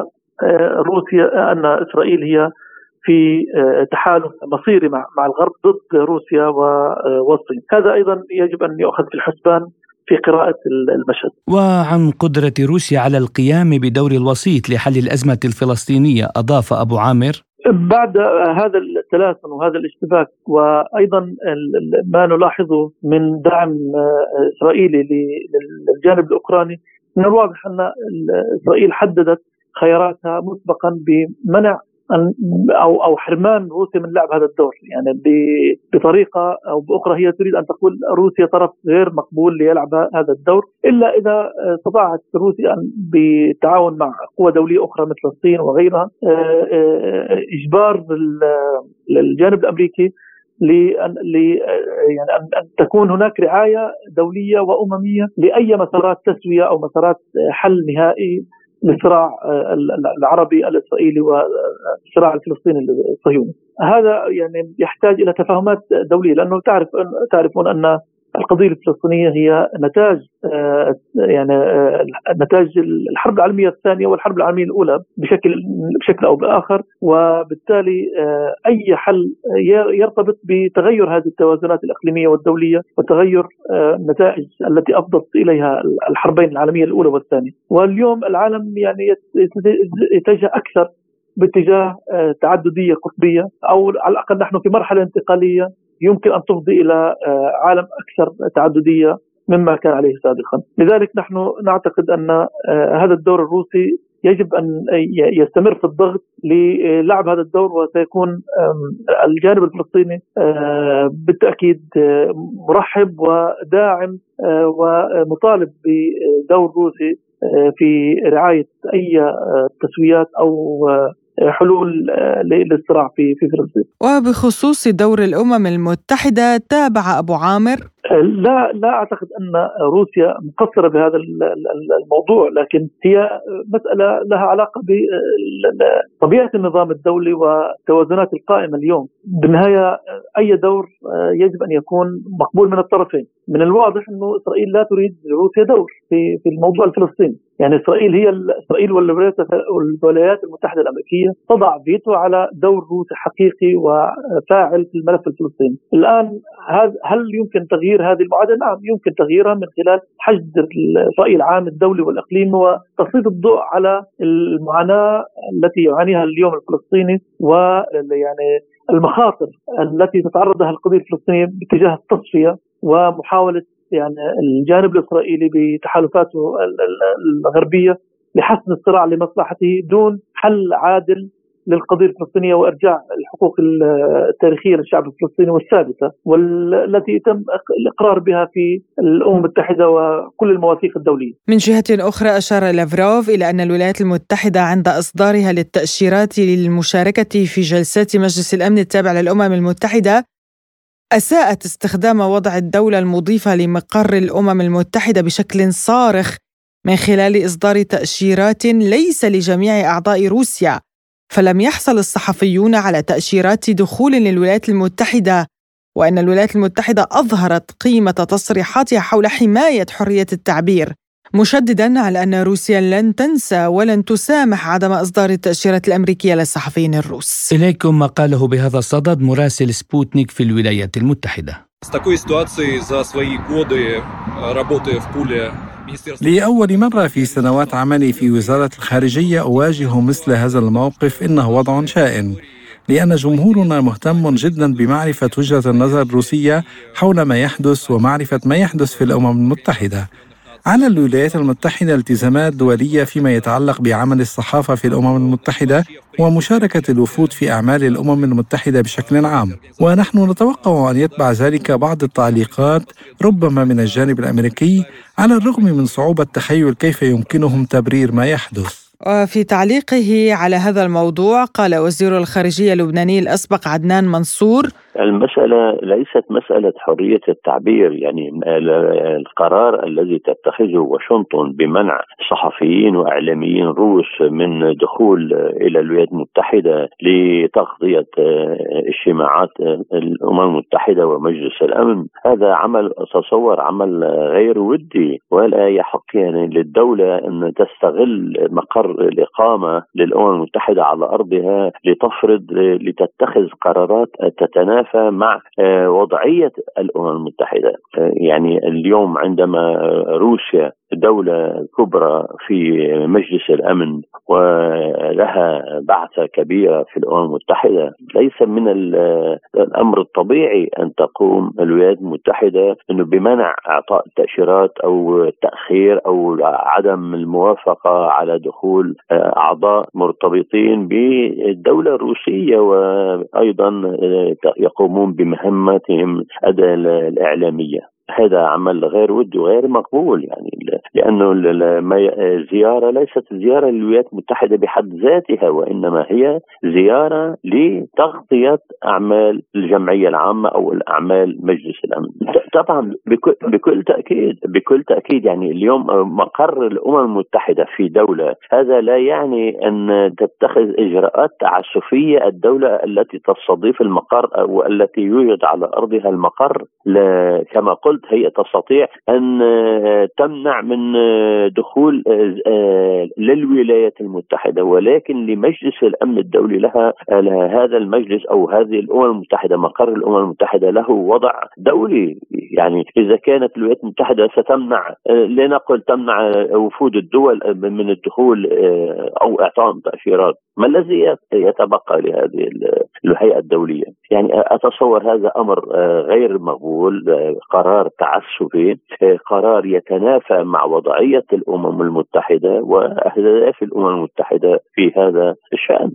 إسرائيل هي في تحالف مصيري مع الغرب ضد روسيا والصين. هذا أيضا يجب أن يؤخذ في الحسبان في قراءة المشهد. وعن قدرة روسيا على القيام بدور الوسيط لحل الأزمة الفلسطينية أضاف أبو عامر: بعد هذا التلاسن وهذا الاشتباك وأيضا ما نلاحظه من دعم إسرائيلي للجانب الأوكراني، من الواضح أن إسرائيل حددت خياراتها مسبقا بمنع أو حرمان روسيا من لعب هذا الدور، يعني بطريقة أو بأخرى هي تريد أن تقول روسيا طرف غير مقبول ليلعب هذا الدور، إلا إذا استطاعت روسيا أن بالتعاون مع قوى دولية أخرى مثل الصين وغيرها إجبار الجانب الأمريكي يعني أن تكون هناك رعاية دولية وأممية لأي مسارات تسوية أو مسارات حل نهائي للصراع العربي الإسرائيلي والصراع الفلسطيني الصهيوني. هذا يعني يحتاج إلى تفاهمات دولية، لأنه تعرفون أن القضية الفلسطينية هي نتاج الحرب العالمية الثانية والحرب العالمية الأولى بشكل أو بآخر، وبالتالي أي حل يرتبط بتغير هذه التوازنات الإقليمية والدولية وتغير النتائج التي أفضت إليها الحربين العالمية الأولى والثانية. واليوم العالم يعني يتجه أكثر باتجاه تعددية قطبية، أو على الأقل نحن في مرحلة انتقالية يمكن أن تفضي إلى عالم أكثر تعددية مما كان عليه سابقا. لذلك نحن نعتقد أن هذا الدور الروسي يجب أن يستمر في الضغط للعب هذا الدور، وسيكون الجانب الفلسطيني بالتأكيد مرحب وداعم ومطالب بدور روسي في رعاية أي تسويات أو حلول للصراع في فلسطين. وبخصوص دور الأمم المتحدة تابع أبو عامر: لا أعتقد أن روسيا مقصرة بهذا الموضوع، لكن هي مسألة لها علاقة بطبيعة النظام الدولي والتوازنات القائمة اليوم. بالنهاية أي دور يجب أن يكون مقبول من الطرفين. من الواضح أنه إسرائيل لا تريد روسيا دور في الموضوع الفلسطيني، يعني إسرائيل والولايات المتحدة الأمريكية تضع فيتو على دور روسي حقيقي وفاعل في الملف الفلسطيني. الآن هل يمكن تغيير هذه المعادلة؟ نعم يمكن تغييرها من خلال حشد الرأي العام الدولي والإقليمي وتسليط الضوء على المعاناة التي يعانيها اليوم الفلسطيني ويعني المخاطر التي تتعرض لها القضية الفلسطينية باتجاه التصفية ومحاولة يعني الجانب الإسرائيلي بتحالفاته الغربية لحسم الصراع لمصلحته دون حل عادل للقضية الفلسطينية وإرجاع الحقوق التاريخية للشعب الفلسطيني والثابتة والتي تم الإقرار بها في الأمم المتحدة وكل المواثيق الدولية. من جهة أخرى أشار لافروف إلى أن الولايات المتحدة عند إصدارها للتأشيرات للمشاركة في جلسات مجلس الأمن التابع للأمم المتحدة أساءت استخدام وضع الدولة المضيفة لمقر الأمم المتحدة بشكل صارخ من خلال إصدار تأشيرات ليس لجميع أعضاء روسيا، فلم يحصل الصحفيون على تأشيرات دخول للولايات المتحدة، وأن الولايات المتحدة أظهرت قيمة تصريحاتها حول حماية حرية التعبير، مشدداً على أن روسيا لن تنسى ولن تسامح عدم إصدار التأشيرات الأمريكية للصحفيين الروس. إليكم ما قاله بهذا الصدد مراسل سبوتنيك في الولايات المتحدة. لأول مرة في سنوات عملي في وزارة الخارجية أواجه مثل هذا الموقف، إنه وضع شائن، لأن جمهورنا مهتم جدا بمعرفة وجهة النظر الروسية حول ما يحدث ومعرفة ما يحدث في الأمم المتحدة. على الولايات المتحدة التزامات دولية فيما يتعلق بعمل الصحافة في الأمم المتحدة ومشاركة الوفود في أعمال الأمم المتحدة بشكل عام، ونحن نتوقع أن يتبع ذلك بعض التعليقات ربما من الجانب الأمريكي، على الرغم من صعوبة تخيل كيف يمكنهم تبرير ما يحدث. وفي تعليقه على هذا الموضوع قال وزير الخارجية اللبناني الأسبق عدنان منصور: المسألة ليست مسألة حرية التعبير، يعني القرار الذي تتخذه واشنطن بمنع صحفيين وإعلاميين روس من دخول إلى الولايات المتحدة لتغطية اجتماعات الأمم المتحدة ومجلس الأمن، هذا عمل أتصور عمل غير ودي، ولا يحق يعني للدولة أن تستغل مقر الإقامة للأمم المتحدة على أرضها لتتخذ قرارات تتنافى مع وضعية الأمم المتحدة. يعني اليوم عندما روسيا دولة كبرى في مجلس الأمن ولها بعثة كبيرة في الأمم المتحدة، ليس من الأمر الطبيعي أن تقوم الولايات المتحدة إنه بمنع إعطاء تأشيرات أو تأخير أو عدم الموافقة على دخول أعضاء مرتبطين بالدولة الروسية وأيضا يقومون بمهمتهم الإعلامية. هذا عمل غير ودي وغير مقبول، يعني لأنه الزيارة ليست زيارة للولايات المتحدة بحد ذاتها، وإنما هي زيارة لتغطية أعمال الجمعية العامة أو الأعمال مجلس الأمن. طبعا بكل تأكيد يعني اليوم مقر الأمم المتحدة في دولة، هذا لا يعني أن تتخذ إجراءات تعسفية الدولة التي تستضيف المقر والتي يوجد على أرضها المقر. كما قلت هي تستطيع أن تمنع من دخول للولايات المتحدة، ولكن لمجلس الأمن الدولي لها هذا المجلس أو هذه الأمم المتحدة مقر الأمم المتحدة له وضع دولي. يعني إذا كانت الولايات المتحدة ستمنع، لنقل تمنع وفود الدول من الدخول أو إعطاء تأشيرات، ما الذي يتبقى لهذه الهيئة الدولية؟ يعني أتصور هذا أمر غير مقبول، قرار تعسفي، قرار يتنافى مع وضعية الأمم المتحدة وأهداف الأمم المتحدة في هذا الشأن.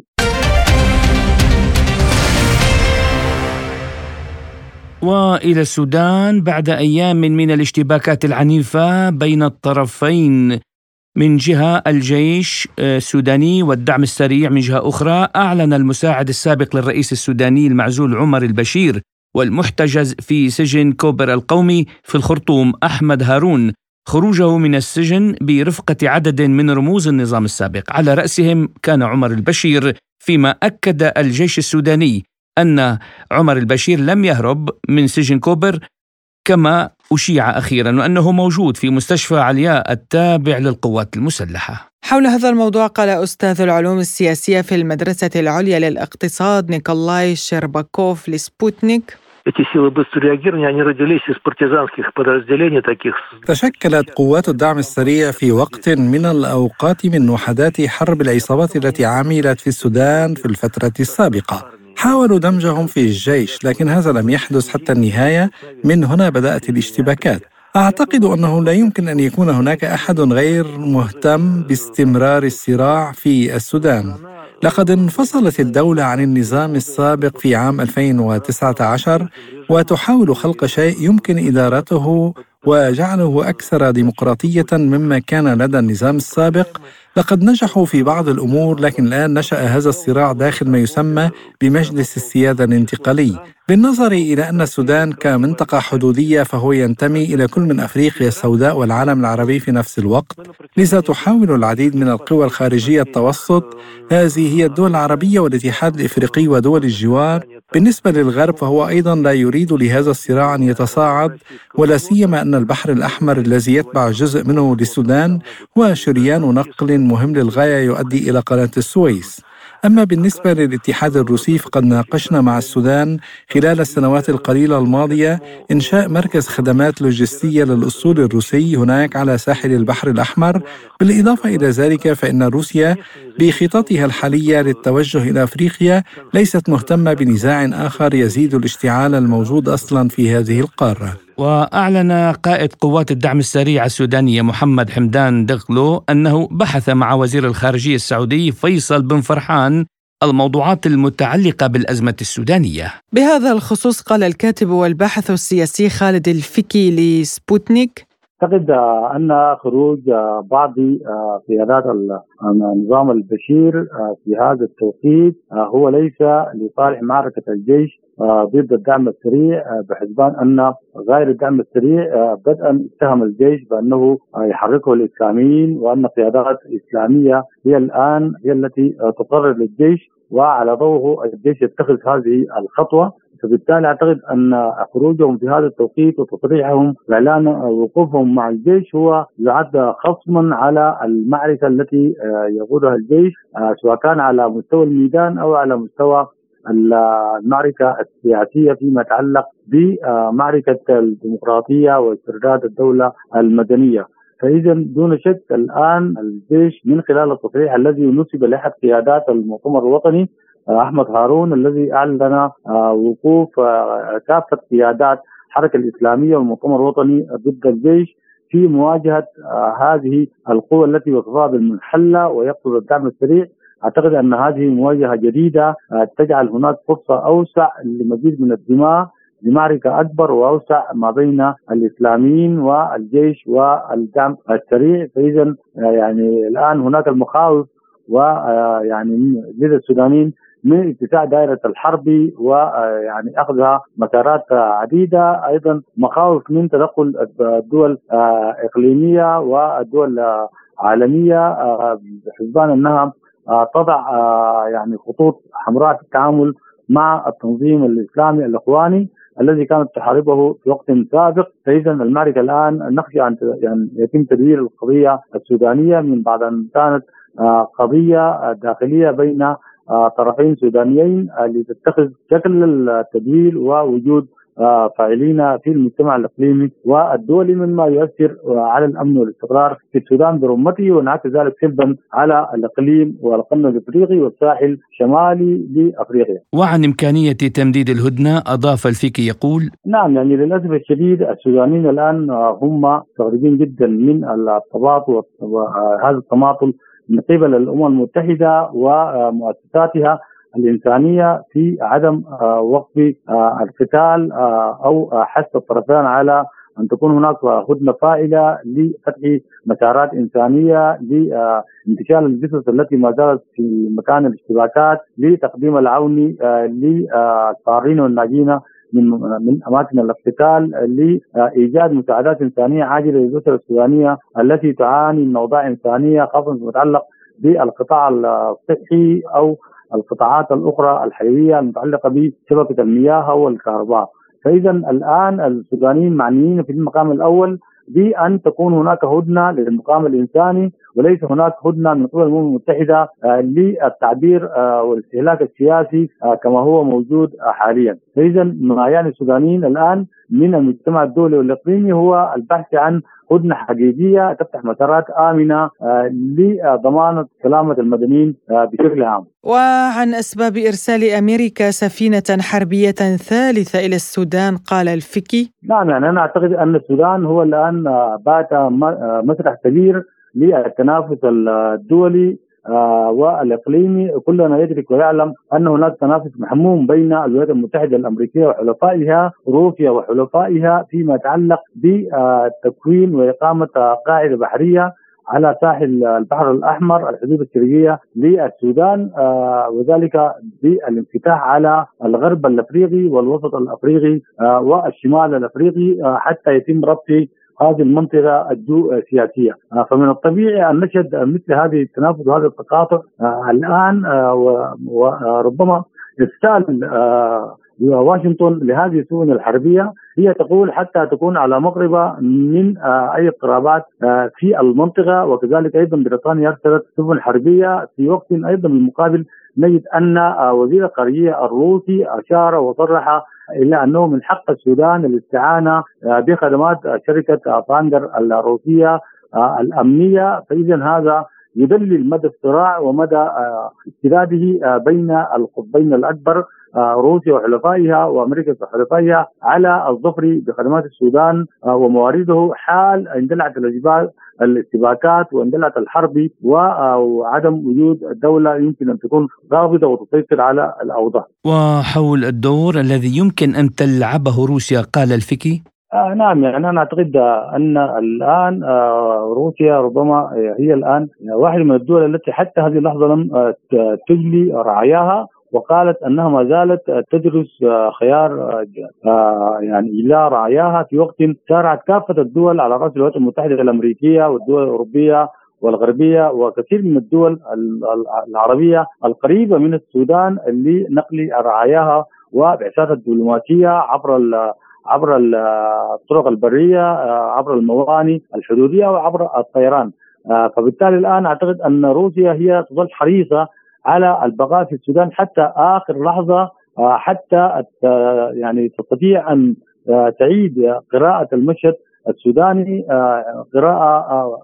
وإلى السودان بعد أيام من الاشتباكات العنيفة بين الطرفين، من جهة الجيش السوداني والدعم السريع، من جهة أخرى أعلن المساعد السابق للرئيس السوداني المعزول عمر البشير والمحتجز في سجن كوبر القومي في الخرطوم أحمد هارون خروجه من السجن برفقة عدد من رموز النظام السابق، على رأسهم كان عمر البشير، فيما أكد الجيش السوداني أن عمر البشير لم يهرب من سجن كوبر، كما أشيع أخيرا وأنه موجود في مستشفى علياء التابع للقوات المسلحة. حول هذا الموضوع قال أستاذ العلوم السياسية في المدرسة العليا للاقتصاد نيكولاي شيرباكوف لسبوتنيك: تشكلت قوات الدعم السريع في وقت من الأوقات من وحدات حرب العصابات التي عملت في السودان في الفترة السابقة. حاولوا دمجهم في الجيش، لكن هذا لم يحدث حتى النهاية. من هنا بدأت الاشتباكات. أعتقد أنه لا يمكن أن يكون هناك أحد غير مهتم باستمرار الصراع في السودان. لقد انفصلت الدولة عن النظام السابق في عام 2019 وتحاول خلق شيء يمكن إدارته وجعله أكثر ديمقراطية مما كان لدى النظام السابق. لقد نجحوا في بعض الأمور، لكن الآن نشأ هذا الصراع داخل ما يسمى بمجلس السيادة الانتقالي. بالنظر إلى أن السودان كمنطقة حدودية فهو ينتمي إلى كل من أفريقيا السوداء والعالم العربي في نفس الوقت، لذا تحاول العديد من القوى الخارجية التوسط. هذه هي الدول العربية والاتحاد الإفريقي ودول الجوار. بالنسبة للغرب فهو أيضا لا يريد لهذا الصراع أن يتصاعد، ولا سيما أن البحر الأحمر الذي يتبع جزء منه للسودان هو شريان نقل مهم للغاية يؤدي إلى قناة السويس. أما بالنسبة للاتحاد الروسي فقد ناقشنا مع السودان خلال السنوات القليلة الماضية إنشاء مركز خدمات لوجستية للأسطول الروسي هناك على ساحل البحر الأحمر. بالإضافة إلى ذلك فإن روسيا بخططها الحالية للتوجه إلى أفريقيا ليست مهتمة بنزاع آخر يزيد الاشتعال الموجود أصلا في هذه القارة. وأعلن قائد قوات الدعم السريع السودانية محمد حمدان دغلو أنه بحث مع وزير الخارجية السعودي فيصل بن فرحان الموضوعات المتعلقة بالأزمة السودانية. بهذا الخصوص قال الكاتب والباحث السياسي خالد الفكي لسبوتنيك: أعتقد أن خروج بعض قيادات النظام البشير في هذا التوقيت هو ليس لصالح معركة الجيش ضد الدعم السريع، بحسبان أن غير الدعم السريع بدءا اتهم الجيش بأنه يحركه الإسلاميين، وأن قيادات إسلامية هي الآن هي التي تقرر للجيش، وعلى ضوءه الجيش يتخذ هذه الخطوة. فبالتالي أعتقد أن خروجهم في هذا التوقيت وتصريحهم وإعلان وقوفهم مع الجيش هو يعد خصما على المعركة التي يقودها الجيش، سواء كان على مستوى الميدان أو على مستوى المعركة السياسية فيما يتعلق بمعركة الديمقراطية واسترداد الدولة المدنية. فإذا دون شك الآن الجيش من خلال التصريح الذي نسب لأحد قيادات المؤتمر الوطني أحمد هارون الذي أعلن وقوف كافة قيادات الحركة الإسلامية والمؤتمر الوطني ضد الجيش في مواجهة هذه القوى التي وصفها بالمنحلة ويقصد الدعم السريع. أعتقد أن هذه مواجهة جديدة تجعل هناك فرصة أوسع لمزيد من الدماء لمعركة أكبر وأوسع ما بين الإسلاميين والجيش والدعم السريع. فإذا يعني الآن هناك المخاوف ويعني لدى السودانيين من اتساع دائرة الحرب ويعني أخذها مسارات عديدة، أيضا مخاوف من تدخل الدول إقليمية والدول عالمية بحسبان أنها تضع يعني خطوط حمراء في التعامل مع التنظيم الإسلامي الإخواني الذي كانت تحاربه في وقت سابق. فإذا المعركة الآن نخشى أن يعني يتم تدوير القضية السودانية من بعد أن كانت قضية داخلية بين طرفين سودانيين لتتخذ شكل التدوير ووجود فاعلين في المجتمع الإقليمي والدولي مما يؤثر على الأمن والاستقرار في السودان برمته، وانعكس ذلك سلبا على الإقليم والقرن الإفريقي والساحل الشمالي لأفريقيا. وعن إمكانية تمديد الهدنة أضاف الفيكي يقول: نعم، يعني للأسف الشديد السودانيين الآن هم مستغربين جدا من التباطؤ وهذا التماطل من قبل الأمم المتحدة ومؤسساتها الإنسانية في عدم وقف القتال أو حث الطرفين على أن تكون هناك هدنة فائلة لفتح مسارات إنسانية لانتشال الجثث التي ما زالت في مكان الاشتباكات، لتقديم العون للطارين والناجين من أماكن الاقتتال، لإيجاد مساعدات إنسانية عاجلة للأسر السودانية التي تعاني من أوضاع إنسانية خاصة فيما يتعلق بالقطاع الصحي أو القطاعات الأخرى الحيوية المتعلقة بشبكة المياه والكهرباء. فإذا الآن السودانيين معنيين في المقام الأول بأن تكون هناك هدنة للمقام الإنساني، وليس هناك هدنة من قبل الأمم المتحدة للتعبير والاستهلاك السياسي كما هو موجود حاليا. فإذا ما يعني السودانيين الآن من المجتمع الدولي والإقليمي هو البحث عن هدنة حقيقية تفتح مسارات آمنة لضمان سلامة المدنيين بشكل عام. وعن أسباب إرسال أمريكا سفينة حربية ثالثة إلى السودان قال الفكي: نعم، يعني أنا أعتقد أن السودان هو الآن بات مسرح كبير للتنافس الدولي والإقليمي. كلنا يدرك ويعلم أن هناك تنافس محموم بين الولايات المتحدة الأمريكية وحلفائها روسيا وحلفائها فيما يتعلق بتكوين وإقامة قاعدة بحرية على ساحل البحر الأحمر الحدود الشرقية للسودان، وذلك بالانفتاح على الغرب الأفريقي والوسط الأفريقي والشمال الأفريقي حتى يتم ربط هذه المنطقة السياسية. فمن الطبيعي أن نشهد مثل هذه التنافس وهذا التقاطع الآن، وربما استال واشنطن لهذه السفن الحربية هي تقول حتى تكون على مقربة من أي اضطرابات في المنطقة. وكذلك أيضا بريطانيا أرسلت سفن حربية في وقت أيضا بالمقابل نجد أن وزير الخارجية الروسي أشار وصرح إلا أنه من حق السودان الاستعانة بخدمات شركة فانجر الروسية الأمنية. فإذا هذا يدلل مدى الصراع ومدى استداده بين القطبين الأكبر روسيا وحلفائها وأمريكا وحلفائها على الظفر بخدمات السودان وموارده حال اندلعت الاشتباكات واندلعت الحرب وعدم وجود دولة يمكن أن تكون رابطة وتسيطر على الأوضاع. وحول الدور الذي يمكن أن تلعبه روسيا قال الفكي: نعم، يعني أنا أعتقد أن الآن روسيا ربما هي الآن واحدة من الدول التي حتى هذه اللحظة لم تجلي رعاياها، وقالت أنها ما زالت تدرس خيار يعني إلى رعاياها في وقت سارعت كافة الدول على رأس الولايات المتحدة الأمريكية والدول الأوروبية والغربية وكثير من الدول العربية القريبة من السودان لنقل رعاياها وبعثات الدبلوماسية عبر الطرق البرية، عبر الموانئ الحدودية وعبر الطيران. فبالتالي الآن أعتقد أن روسيا هي تظل حريصة على البقاء في السودان حتى آخر لحظة، حتى يعني تستطيع أن تعيد قراءة المشهد السوداني قراءة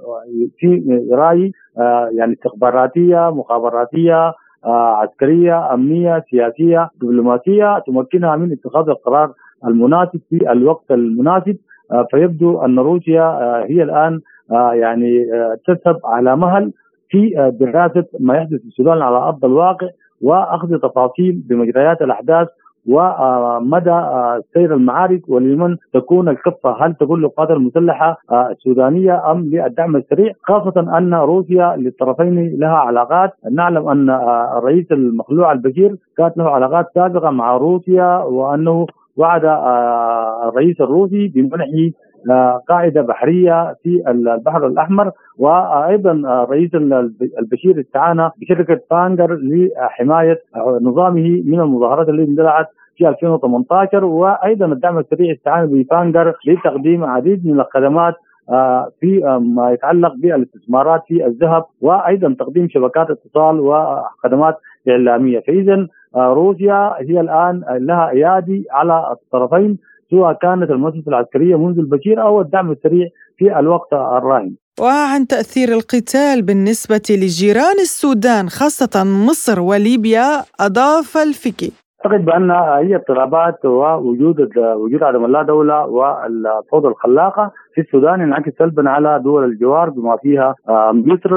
في رأي يعني استخباراتية مخابراتية عسكرية أمنية سياسية دبلوماسية تمكنها من اتخاذ القرار المناسب في الوقت المناسب. فيبدو أن روسيا هي الآن يعني تذهب على مهل في دراسة ما يحدث في السودان على أرض الواقع وأخذ تفاصيل بمجريات الأحداث ومدى سير المعارك ولمن تكون الكفة، هل تكون للقوات المسلحة السودانية أم للدعم السريع، خاصة أن روسيا للطرفين لها علاقات. نعلم أن الرئيس المخلوع البشير كانت له علاقات سابقة مع روسيا، وأنه وعد الرئيس الروسي بمنحه قاعدة بحرية في البحر الأحمر. وأيضا الرئيس البشير استعان بشركة فانجر لحماية نظامه من المظاهرات التي اندلعت في 2018، وأيضا الدعم السريع استعان بفانجر لتقديم عديد من الخدمات في ما يتعلق بالاستثمارات في الذهب، وأيضا تقديم شبكات اتصال وخدمات إعلامية. فإذا روسيا هي الآن لها أيادي على الطرفين، سواء كانت المؤسسة العسكرية منذ البشير أو الدعم السريع في الوقت الراهن. وعن تأثير القتال بالنسبة لجيران السودان خاصة مصر وليبيا أضاف الفكي: أعتقد بأن هي اضطرابات ووجود عدم لا دولة والفوضى الخلاقة في السودان ينعكس سلبا على دول الجوار بما فيها مصر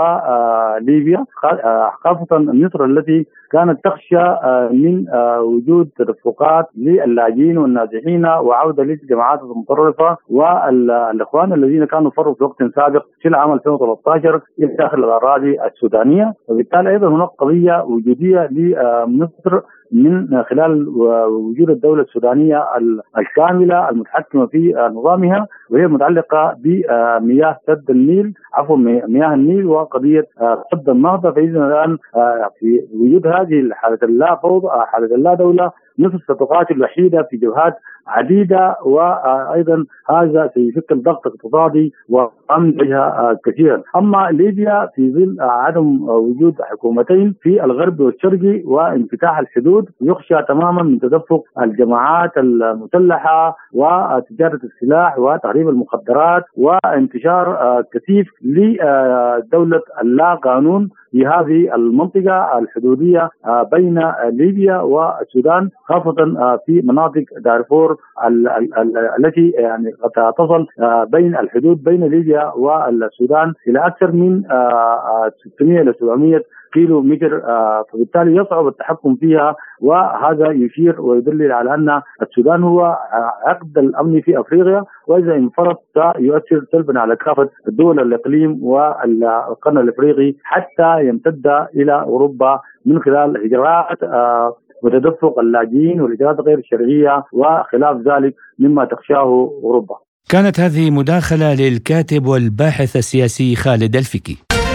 وليبيا، خاصة مصر التي كانت تخشى من وجود تدفقات للاجئين والنازحين وعودة للجماعات المتطرفة والإخوان الذين كانوا فروا في وقت سابق في العام 2013 إلى داخل الأراضي السودانية. وبالتالي أيضا هناك قضية وجودية لمصر من خلال وجود الدولة السودانية الكاملة المتحكمة في نظامها، وهي متعلقة بمياه سد النيل مياه النيل وقضية سد النهضة. فإذا الآن في وجود هذه حالة اللا فوضى حالة اللا دولة، مصر ستقاتل وحيدة في جبهات عديدة، وأيضا هذا سيشكل ضغط اقتصادي وأمن بها كثيرا. أما ليبيا في ظل عدم وجود حكومتين في الغرب والشرقي وانفتاح الحدود، يخشى تماما من تدفق الجماعات المسلحة وتجارة السلاح وتهريب المخدرات وانتشار كثيف لدولة اللا قانون في هذه المنطقة الحدودية بين ليبيا والسودان، خاصة في مناطق دارفور التي يعني قد تصل بين الحدود بين ليبيا والسودان إلى أكثر من 600 إلى 700 كيلو متر، فبالتالي يصعب التحكم فيها. وهذا يشير ويدل على أن السودان هو عقد الأمن في أفريقيا، وإذا انفرط سيؤثر سلبا على كافة دول الإقليم والقرن الأفريقي حتى يمتد إلى أوروبا من خلال هجرات وتدفق اللاجئين والهجرات غير الشرعية وخلاف ذلك مما تخشاه أوروبا. كانت هذه مداخلة للكاتب والباحث السياسي خالد الفكي.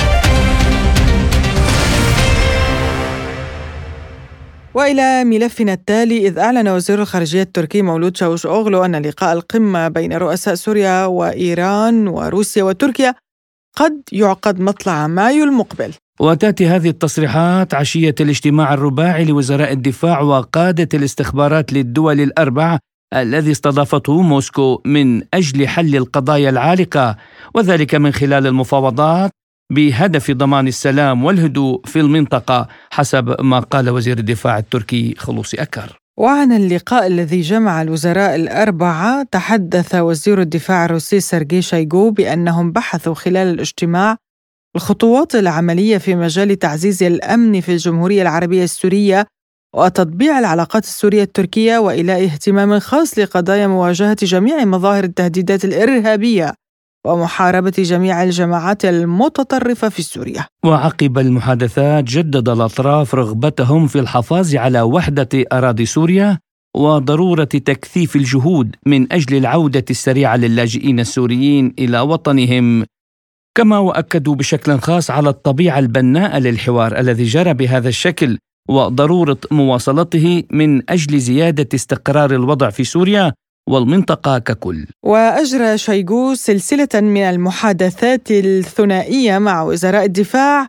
وإلى ملفنا التالي، إذ أعلن وزير الخارجية التركي مولود چاوشوغلو أن لقاء القمة بين رؤساء سوريا وإيران وروسيا وتركيا قد يعقد مطلع مايو المقبل. وتأتي هذه التصريحات عشية الاجتماع الرباعي لوزراء الدفاع وقادة الاستخبارات للدول الأربع الذي استضافته موسكو من أجل حل القضايا العالقة، وذلك من خلال المفاوضات بهدف ضمان السلام والهدوء في المنطقة، حسب ما قال وزير الدفاع التركي خلوصي أكار. وعن اللقاء الذي جمع الوزراء الأربعة تحدث وزير الدفاع الروسي سيرجي شويغو بأنهم بحثوا خلال الاجتماع الخطوات العملية في مجال تعزيز الأمن في الجمهورية العربية السورية وتطبيع العلاقات السورية التركية وإيلاء اهتمام خاص لقضايا مواجهة جميع مظاهر التهديدات الإرهابية ومحاربة جميع الجماعات المتطرفة في سوريا. وعقب المحادثات جدد الأطراف رغبتهم في الحفاظ على وحدة أراضي سوريا وضرورة تكثيف الجهود من أجل العودة السريعة للاجئين السوريين إلى وطنهم، كما وأكدوا بشكل خاص على الطبيعة البناءة للحوار الذي جرى بهذا الشكل وضرورة مواصلته من أجل زيادة استقرار الوضع في سوريا والمنطقة ككل. وأجرى شويغو سلسلة من المحادثات الثنائية مع وزراء الدفاع،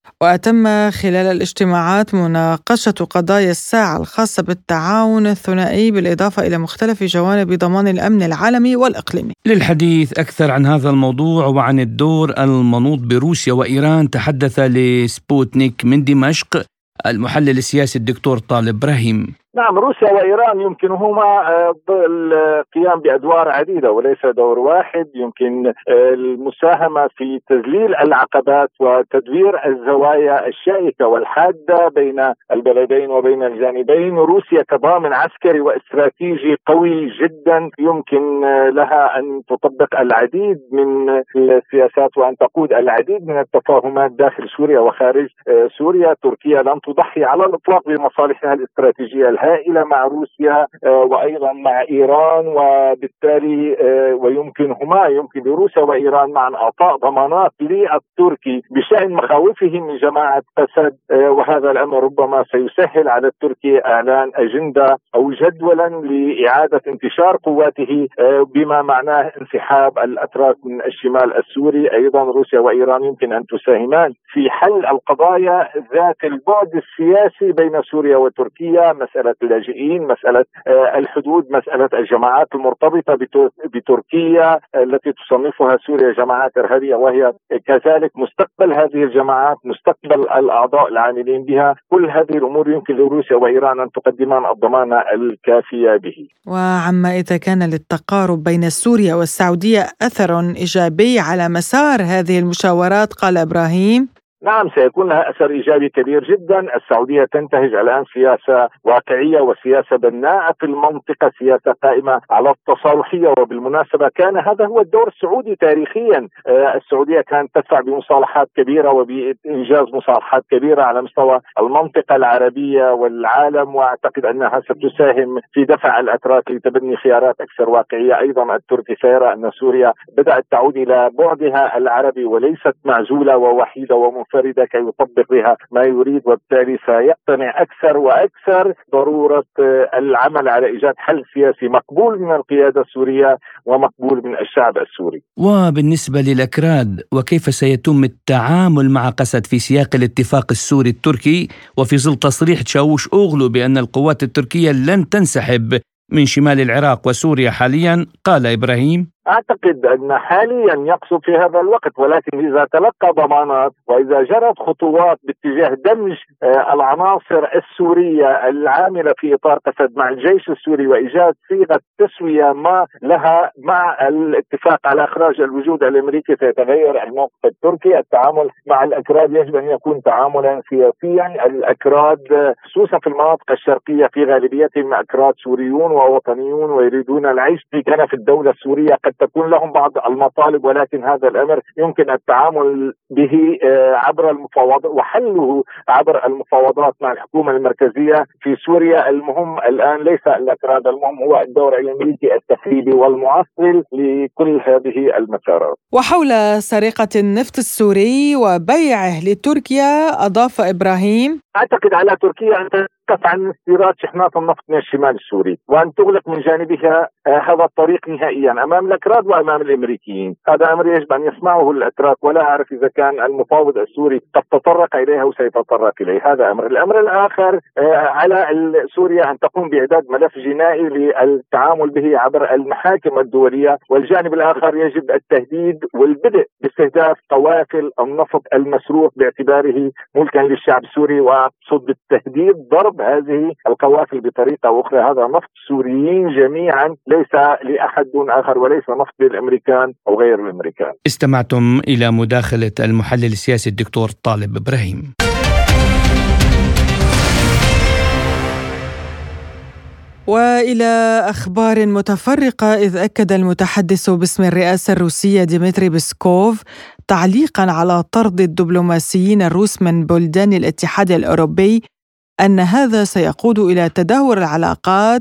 وتم خلال الاجتماعات مناقشة قضايا الساعة الخاصة بالتعاون الثنائي بالإضافة إلى مختلف جوانب ضمان الأمن العالمي والإقليمي. للحديث أكثر عن هذا الموضوع وعن الدور المنوط بروسيا وإيران تحدث لسبوتنيك من دمشق المحلل السياسي الدكتور طالب إبراهيم. نعم، روسيا وإيران يمكنهما القيام بأدوار عديدة وليس دور واحد. يمكن المساهمة في تذليل العقبات وتدوير الزوايا الشائكة والحادة بين البلدين وبين الجانبين. روسيا كضامن عسكري واستراتيجي قوي جدا يمكن لها أن تطبق العديد من السياسات وأن تقود العديد من التفاهمات داخل سوريا وخارج سوريا. تركيا لن تضحي على الإطلاق بمصالحها الاستراتيجية هائلة مع روسيا وأيضا مع إيران، وبالتالي يمكن لروسيا وإيران معا إعطاء ضمانات للتركي بشأن مخاوفهم من جماعة أسد، وهذا الأمر ربما سيسهل على التركي إعلان أجندة أو جدولا لإعادة انتشار قواته بما معناه انسحاب الأتراك من الشمال السوري. أيضا روسيا وإيران يمكن أن تساهمان في حل القضايا ذات البعد السياسي بين سوريا وتركيا، مسألة اللاجئين، مسألة الحدود، مسألة الجماعات المرتبطة بتركيا التي تصنفها سوريا جماعات إرهابية، وهي كذلك مستقبل هذه الجماعات، مستقبل الأعضاء العاملين بها. كل هذه الأمور يمكن لروسيا وإيران أن تقدمان الضمانة الكافية به. وعما إذا كان للتقارب بين سوريا والسعودية أثر إيجابي على مسار هذه المشاورات، قال إبراهيم. نعم، سيكون لها أثر إيجابي كبير جدا. السعودية تنتهج الآن سياسة واقعية وسياسة بناءة في المنطقة، سياسة قائمة على التصالحية. وبالمناسبة كان هذا هو الدور السعودي تاريخيا. السعودية كانت تدفع بمصالحات كبيرة وبإنجاز مصالحات كبيرة على مستوى المنطقة العربية والعالم، وأعتقد أنها ستساهم في دفع الأتراك لتبني خيارات أكثر واقعية. أيضا التركي سيرى أن سوريا بدأت تعود إلى بعدها العربي وليست معزولة ووحيدة ومنفصلة منفردة كي يطبق بها ما يريد، وبالتالي سيقتنع أكثر وأكثر ضرورة العمل على إيجاد حل سياسي مقبول من القيادة السورية ومقبول من الشعب السوري. وبالنسبة للأكراد، وكيف سيتم التعامل مع قسد في سياق الاتفاق السوري التركي وفي ظل تصريح تشاوش أوغلو بأن القوات التركية لن تنسحب من شمال العراق وسوريا حاليا؟ قال إبراهيم: أعتقد أن حاليا يقصد في هذا الوقت، ولكن إذا تلقى ضمانات وإذا جرت خطوات باتجاه دمج العناصر السورية العاملة في إطار قسد مع الجيش السوري وإيجاد صيغة تسوية ما لها مع الاتفاق على إخراج الوجود الأمريكي، سيتغير الموقف التركي. التعامل مع الأكراد يجب أن يكون تعاملا سياسيا. الأكراد خصوصا في المناطق الشرقية في غالبيتهم أكراد سوريون ووطنيون ويريدون العيش في كنف الدولة السورية. قد تكون لهم بعض المطالب، ولكن هذا الأمر يمكن التعامل به عبر المفاوضات وحله عبر المفاوضات مع الحكومة المركزية في سوريا. المهم الآن ليس الأكراد، المهم هو الدور الأمريكي التخريبي والمعطل لكل هذه المسارات. وحول سرقة النفط السوري وبيعه لتركيا أضاف إبراهيم: أعتقد على تركيا أن تتوقف عن استيراد شحنات النفط من الشمال السوري وأن تغلق من جانبها هذا الطريق نهائيا أمام الأكراد وأمام الأمريكيين. هذا أمر يجب أن يسمعه الأتراك، ولا أعرف إذا كان المفاوض السوري قد تطرق إليه أو سيتطرق إليه. هذا أمر. الأمر الآخر على سوريا أن تقوم بإعداد ملف جنائي للتعامل به عبر المحاكم الدولية، والجانب الآخر يجب التهديد والبدء باستهداف قوافل النفط المسروق باعتباره ملكا للشعب السوري، وأقصد بالتهديد ضرب هذه القوافل بطريقة أو أخرى. هذا نفط سوريين جميعا، ليس لأحد دون آخر، وليس نفط للأمريكان أو غير الأمريكان. استمعتم إلى مداخلة المحلل السياسي الدكتور طالب إبراهيم. وإلى أخبار متفرقة، إذ أكد المتحدث باسم الرئاسة الروسية ديمتري بيسكوف تعليقا على طرد الدبلوماسيين الروس من بلدان الاتحاد الأوروبي أن هذا سيقود إلى تدهور العلاقات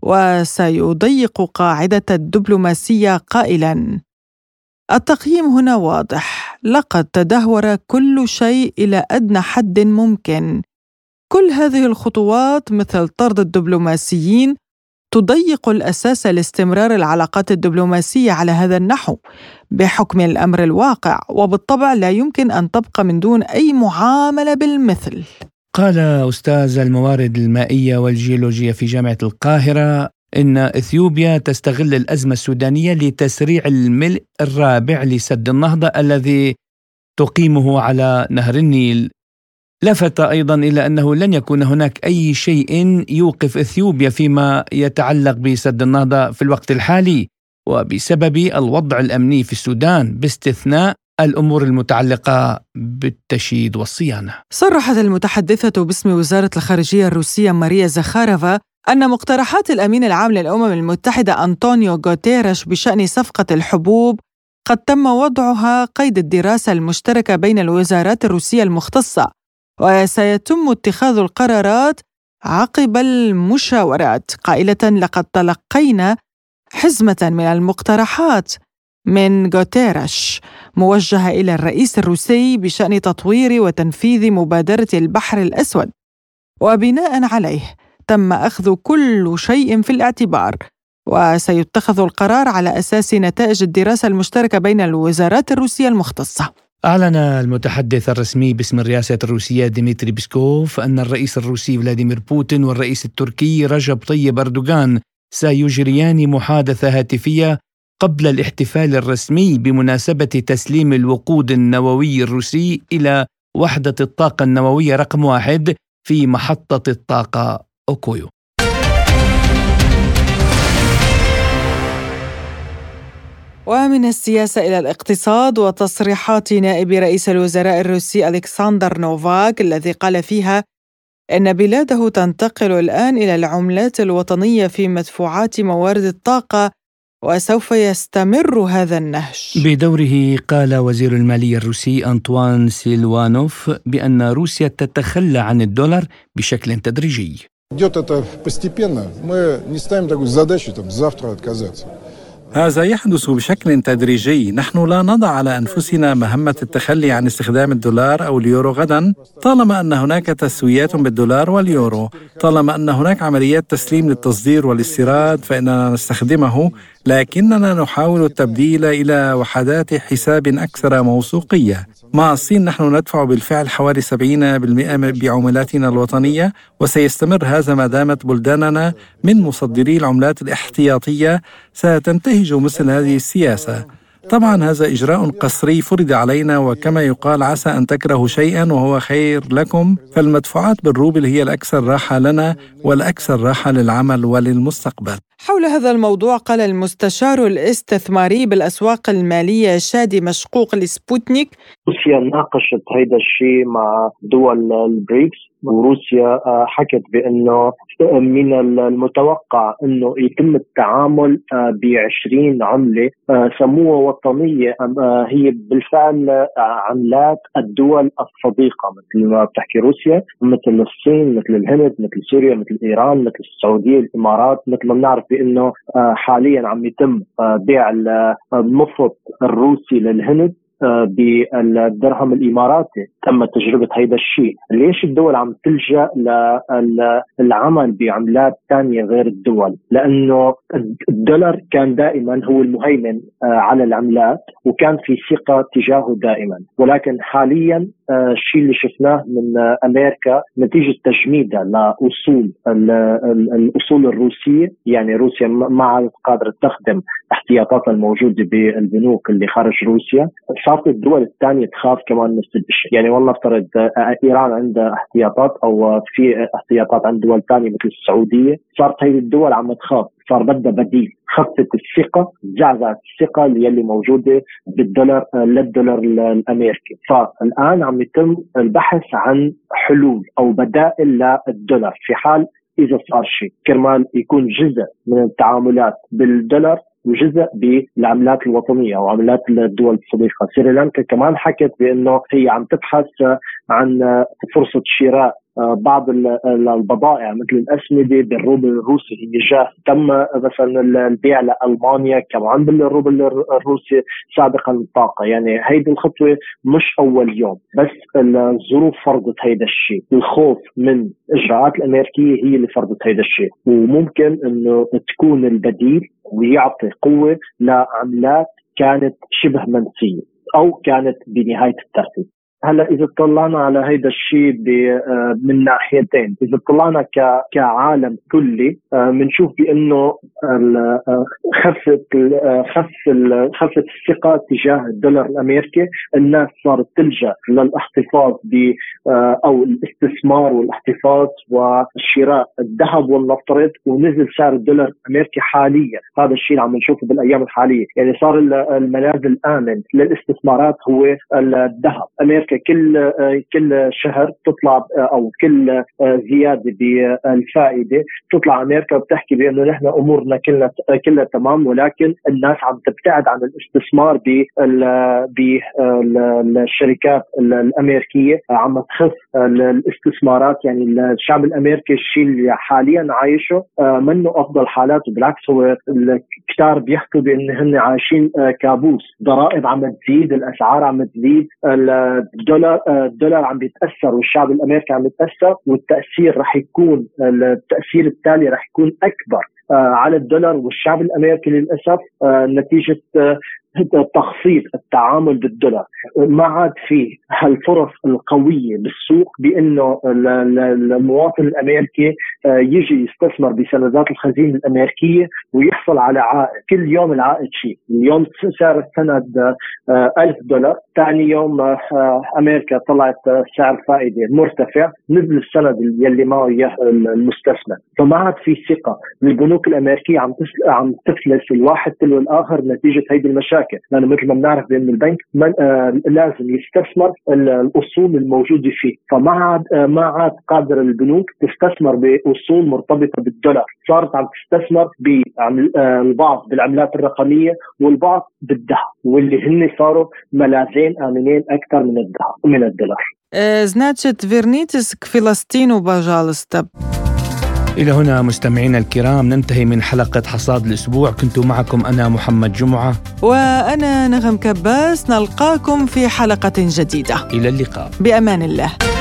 وسيضيق قاعدة الدبلوماسية، قائلا: التقييم هنا واضح، لقد تدهور كل شيء إلى أدنى حد ممكن. كل هذه الخطوات مثل طرد الدبلوماسيين تضيق الأساس لاستمرار العلاقات الدبلوماسية على هذا النحو بحكم الأمر الواقع، وبالطبع لا يمكن أن تبقى من دون أي معاملة بالمثل. قال أستاذ الموارد المائية والجيولوجية في جامعة القاهرة إن إثيوبيا تستغل الأزمة السودانية لتسريع الملء الرابع لسد النهضة الذي تقيمه على نهر النيل. لفت أيضا إلى أنه لن يكون هناك أي شيء يوقف إثيوبيا فيما يتعلق بسد النهضة في الوقت الحالي، وبسبب الوضع الأمني في السودان باستثناء الأمور المتعلقة بالتشييد والصيانة. صرحت المتحدثة باسم وزارة الخارجية الروسية ماريا زخارفا أن مقترحات الأمين العام للأمم المتحدة أنطونيو غوتيريش بشأن صفقة الحبوب قد تم وضعها قيد الدراسة المشتركة بين الوزارات الروسية المختصة، وسيتم اتخاذ القرارات عقب المشاورات، قائلة: لقد تلقينا حزمة من المقترحات من غوتيريش موجهة إلى الرئيس الروسي بشأن تطوير وتنفيذ مبادرة البحر الأسود، وبناء عليه تم أخذ كل شيء في الاعتبار، وسيتخذ القرار على أساس نتائج الدراسة المشتركة بين الوزارات الروسية المختصة. أعلن المتحدث الرسمي باسم الرئاسة الروسية ديمتري بيسكوف أن الرئيس الروسي فلاديمير بوتين والرئيس التركي رجب طيب أردوغان سيجريان محادثة هاتفية قبل الاحتفال الرسمي بمناسبة تسليم الوقود النووي الروسي إلى وحدة الطاقة النووية رقم 1 في محطة الطاقة أوكويو. ومن السياسة إلى الاقتصاد، وتصريحات نائب رئيس الوزراء الروسي ألكسندر نوفاك الذي قال فيها إن بلاده تنتقل الآن إلى العملات الوطنية في مدفوعات موارد الطاقة، وسوف يستمر هذا النهج. بدوره قال وزير المالية الروسي أنطوان سيلوانوف بأن روسيا تتخلى عن الدولار بشكل تدريجي. Идет это постепенно. Мы не ставим такую задачу завтра отказаться. هذا يحدث بشكل تدريجي. نحن لا نضع على أنفسنا مهمة التخلي عن استخدام الدولار أو اليورو غدا، طالما أن هناك تسويات بالدولار واليورو. طالما أن هناك عمليات تسليم للتصدير والاستيراد فإننا نستخدمه، لكننا نحاول التبديل إلى وحدات حساب أكثر موثوقية. مع الصين نحن ندفع بالفعل حوالي 70% بعملاتنا الوطنية، وسيستمر هذا ما دامت بلداننا من مصدري العملات الاحتياطية ستنتهج مثل هذه السياسة. طبعا هذا إجراء قسري فرض علينا، وكما يقال عسى أن تكرهوا شيئا وهو خير لكم، فالمدفوعات بالروبل هي الأكثر راحة لنا والأكثر راحة للعمل وللمستقبل. حول هذا الموضوع قال المستشار الاستثماري بالأسواق المالية شادي مشقوق لسبوتنيك: روسيا ناقشت هذا الشيء مع دول البريكس، وروسيا حكت بأنه من المتوقع أنه يتم التعامل ب20 عملة سموها وطنية، هي بالفعل عملات الدول الصديقة مثل ما بتحكي روسيا، مثل الصين، مثل الهند، مثل سوريا، مثل إيران، مثل السعودية، الإمارات. مثل ما بنعرف بأنه حاليا عم يتم بيع النفط الروسي للهند بالدرهم الإماراتي. تم تجربة هذا الشيء. ليش الدول عم تلجأ للعمل بعملات ثانية غير الدول؟ لأنه الدولار كان دائما هو المهيمن على العملات، وكان في ثقة تجاهه دائما. ولكن حاليا الشيء اللي شفناه من أمريكا نتيجة تجميدها لأصول الأصول الروسية، يعني روسيا ما عادت قادرة تخدم احتياطاتها الموجودة بالبنوك اللي خارج روسيا، صارت الدول الثانية تخاف كمان نفس الشيء. يعني والله افترض إيران عندها احتياطات أو في احتياطات عند دول ثانية مثل السعودية، صارت هذه الدول عم تخاف، صار بدها بديل. خفت الثقة، زعزعت الثقة اللي موجودة بالدولار للدولار الأمريكي. فالآن عم يتم البحث عن حلول أو بدائل للدولار في حال إذا صار شيء، كرمال يكون جزء من التعاملات بالدولار وجزء بالعملات الوطنية أو عملات الدول الصديقة. سريلانكا كمان حكت بأنه هي عم تبحث عن فرصة شراء بعض البضائع مثل الأسمدة بالروبل الروسي. هي تم مثلا البيع لألمانيا كمان بالروبل الروسي سابقا الطاقة. يعني هيدي الخطوة مش أول يوم، بس الظروف فرضت هيدا الشيء. الخوف من إجراءات الأمريكية هي اللي فرضت هيدا الشيء، وممكن إنه تكون البديل ويعطي قوة لعملات كانت شبه منسية أو كانت بنهاية الترتيب. هلا إذا طلعنا على هيدا الشيء من ناحيتين، إذا طلعنا كعالم كلي بنشوف بأنه خفت الثقة تجاه الدولار الأمريكي. الناس صارت تلجأ للاحتفاظ أو الاستثمار والاحتفاظ وشراء الذهب والنفط، ونزل سعر الدولار الأمريكي حاليا. هذا الشيء اللي عم نشوفه بالأيام الحالية. يعني صار الملاذ الآمن للاستثمارات هو الذهب. أمريكا كل شهر تطلع أو كل زيادة بالفائدة تطلع أمريكا بتحكي بأنه نحن أمورنا كلها تمام، ولكن الناس عم تبتعد عن الاستثمار بالشركات الأمريكية، عم تخف الاستثمارات. يعني الشعب الأمريكي الشيء اللي حاليا عايشه منه أفضل حالاته، بالعكس هو كتار بيحكوا بأنه هن عايشين كابوس. ضرائب عم تزيد، الأسعار عم تزيد، الدولار عم بيتأثر والشعب الأمريكي عم بيتأثر، والتأثير رح يكون التأثير التالي رح يكون أكبر على الدولار والشعب الأمريكي للأسف نتيجة تخفيض التعامل بالدولار. ما عاد فيه هالفرص القوية بالسوق بأنه المواطن الأمريكي يجي يستثمر بسندات الخزينة الأمريكية ويحصل على عائد. كل يوم العائد شيء. اليوم سعر السند $1000، ثاني يوم أمريكا طلعت سعر فائدة مرتفع، نزل السند يلي معه إياه المستثمر. فما عاد في ثقة. البنوك الأمريكية عم تفلس الواحد تلو الآخر نتيجة هيدي المشاكل. لأنه مثل ما بنعرف بأن البنك لازم يستثمر الأصول الموجودة فيه، فما عاد قادر البنوك تستثمر بأصول مرتبطة بالدولار. صارت عم تستثمر البعض بالعملات الرقمية والبعض بالذهب، واللي هن صاروا ملاذين آمنين أكثر من الذهب من الدولار. Значит, вернитесь к Филастину, пожалуйста. إلى هنا مستمعينا الكرام ننتهي من حلقة حصاد الأسبوع. كنت معكم أنا محمد جمعة وأنا نغم كباس. نلقاكم في حلقة جديدة. إلى اللقاء بأمان الله.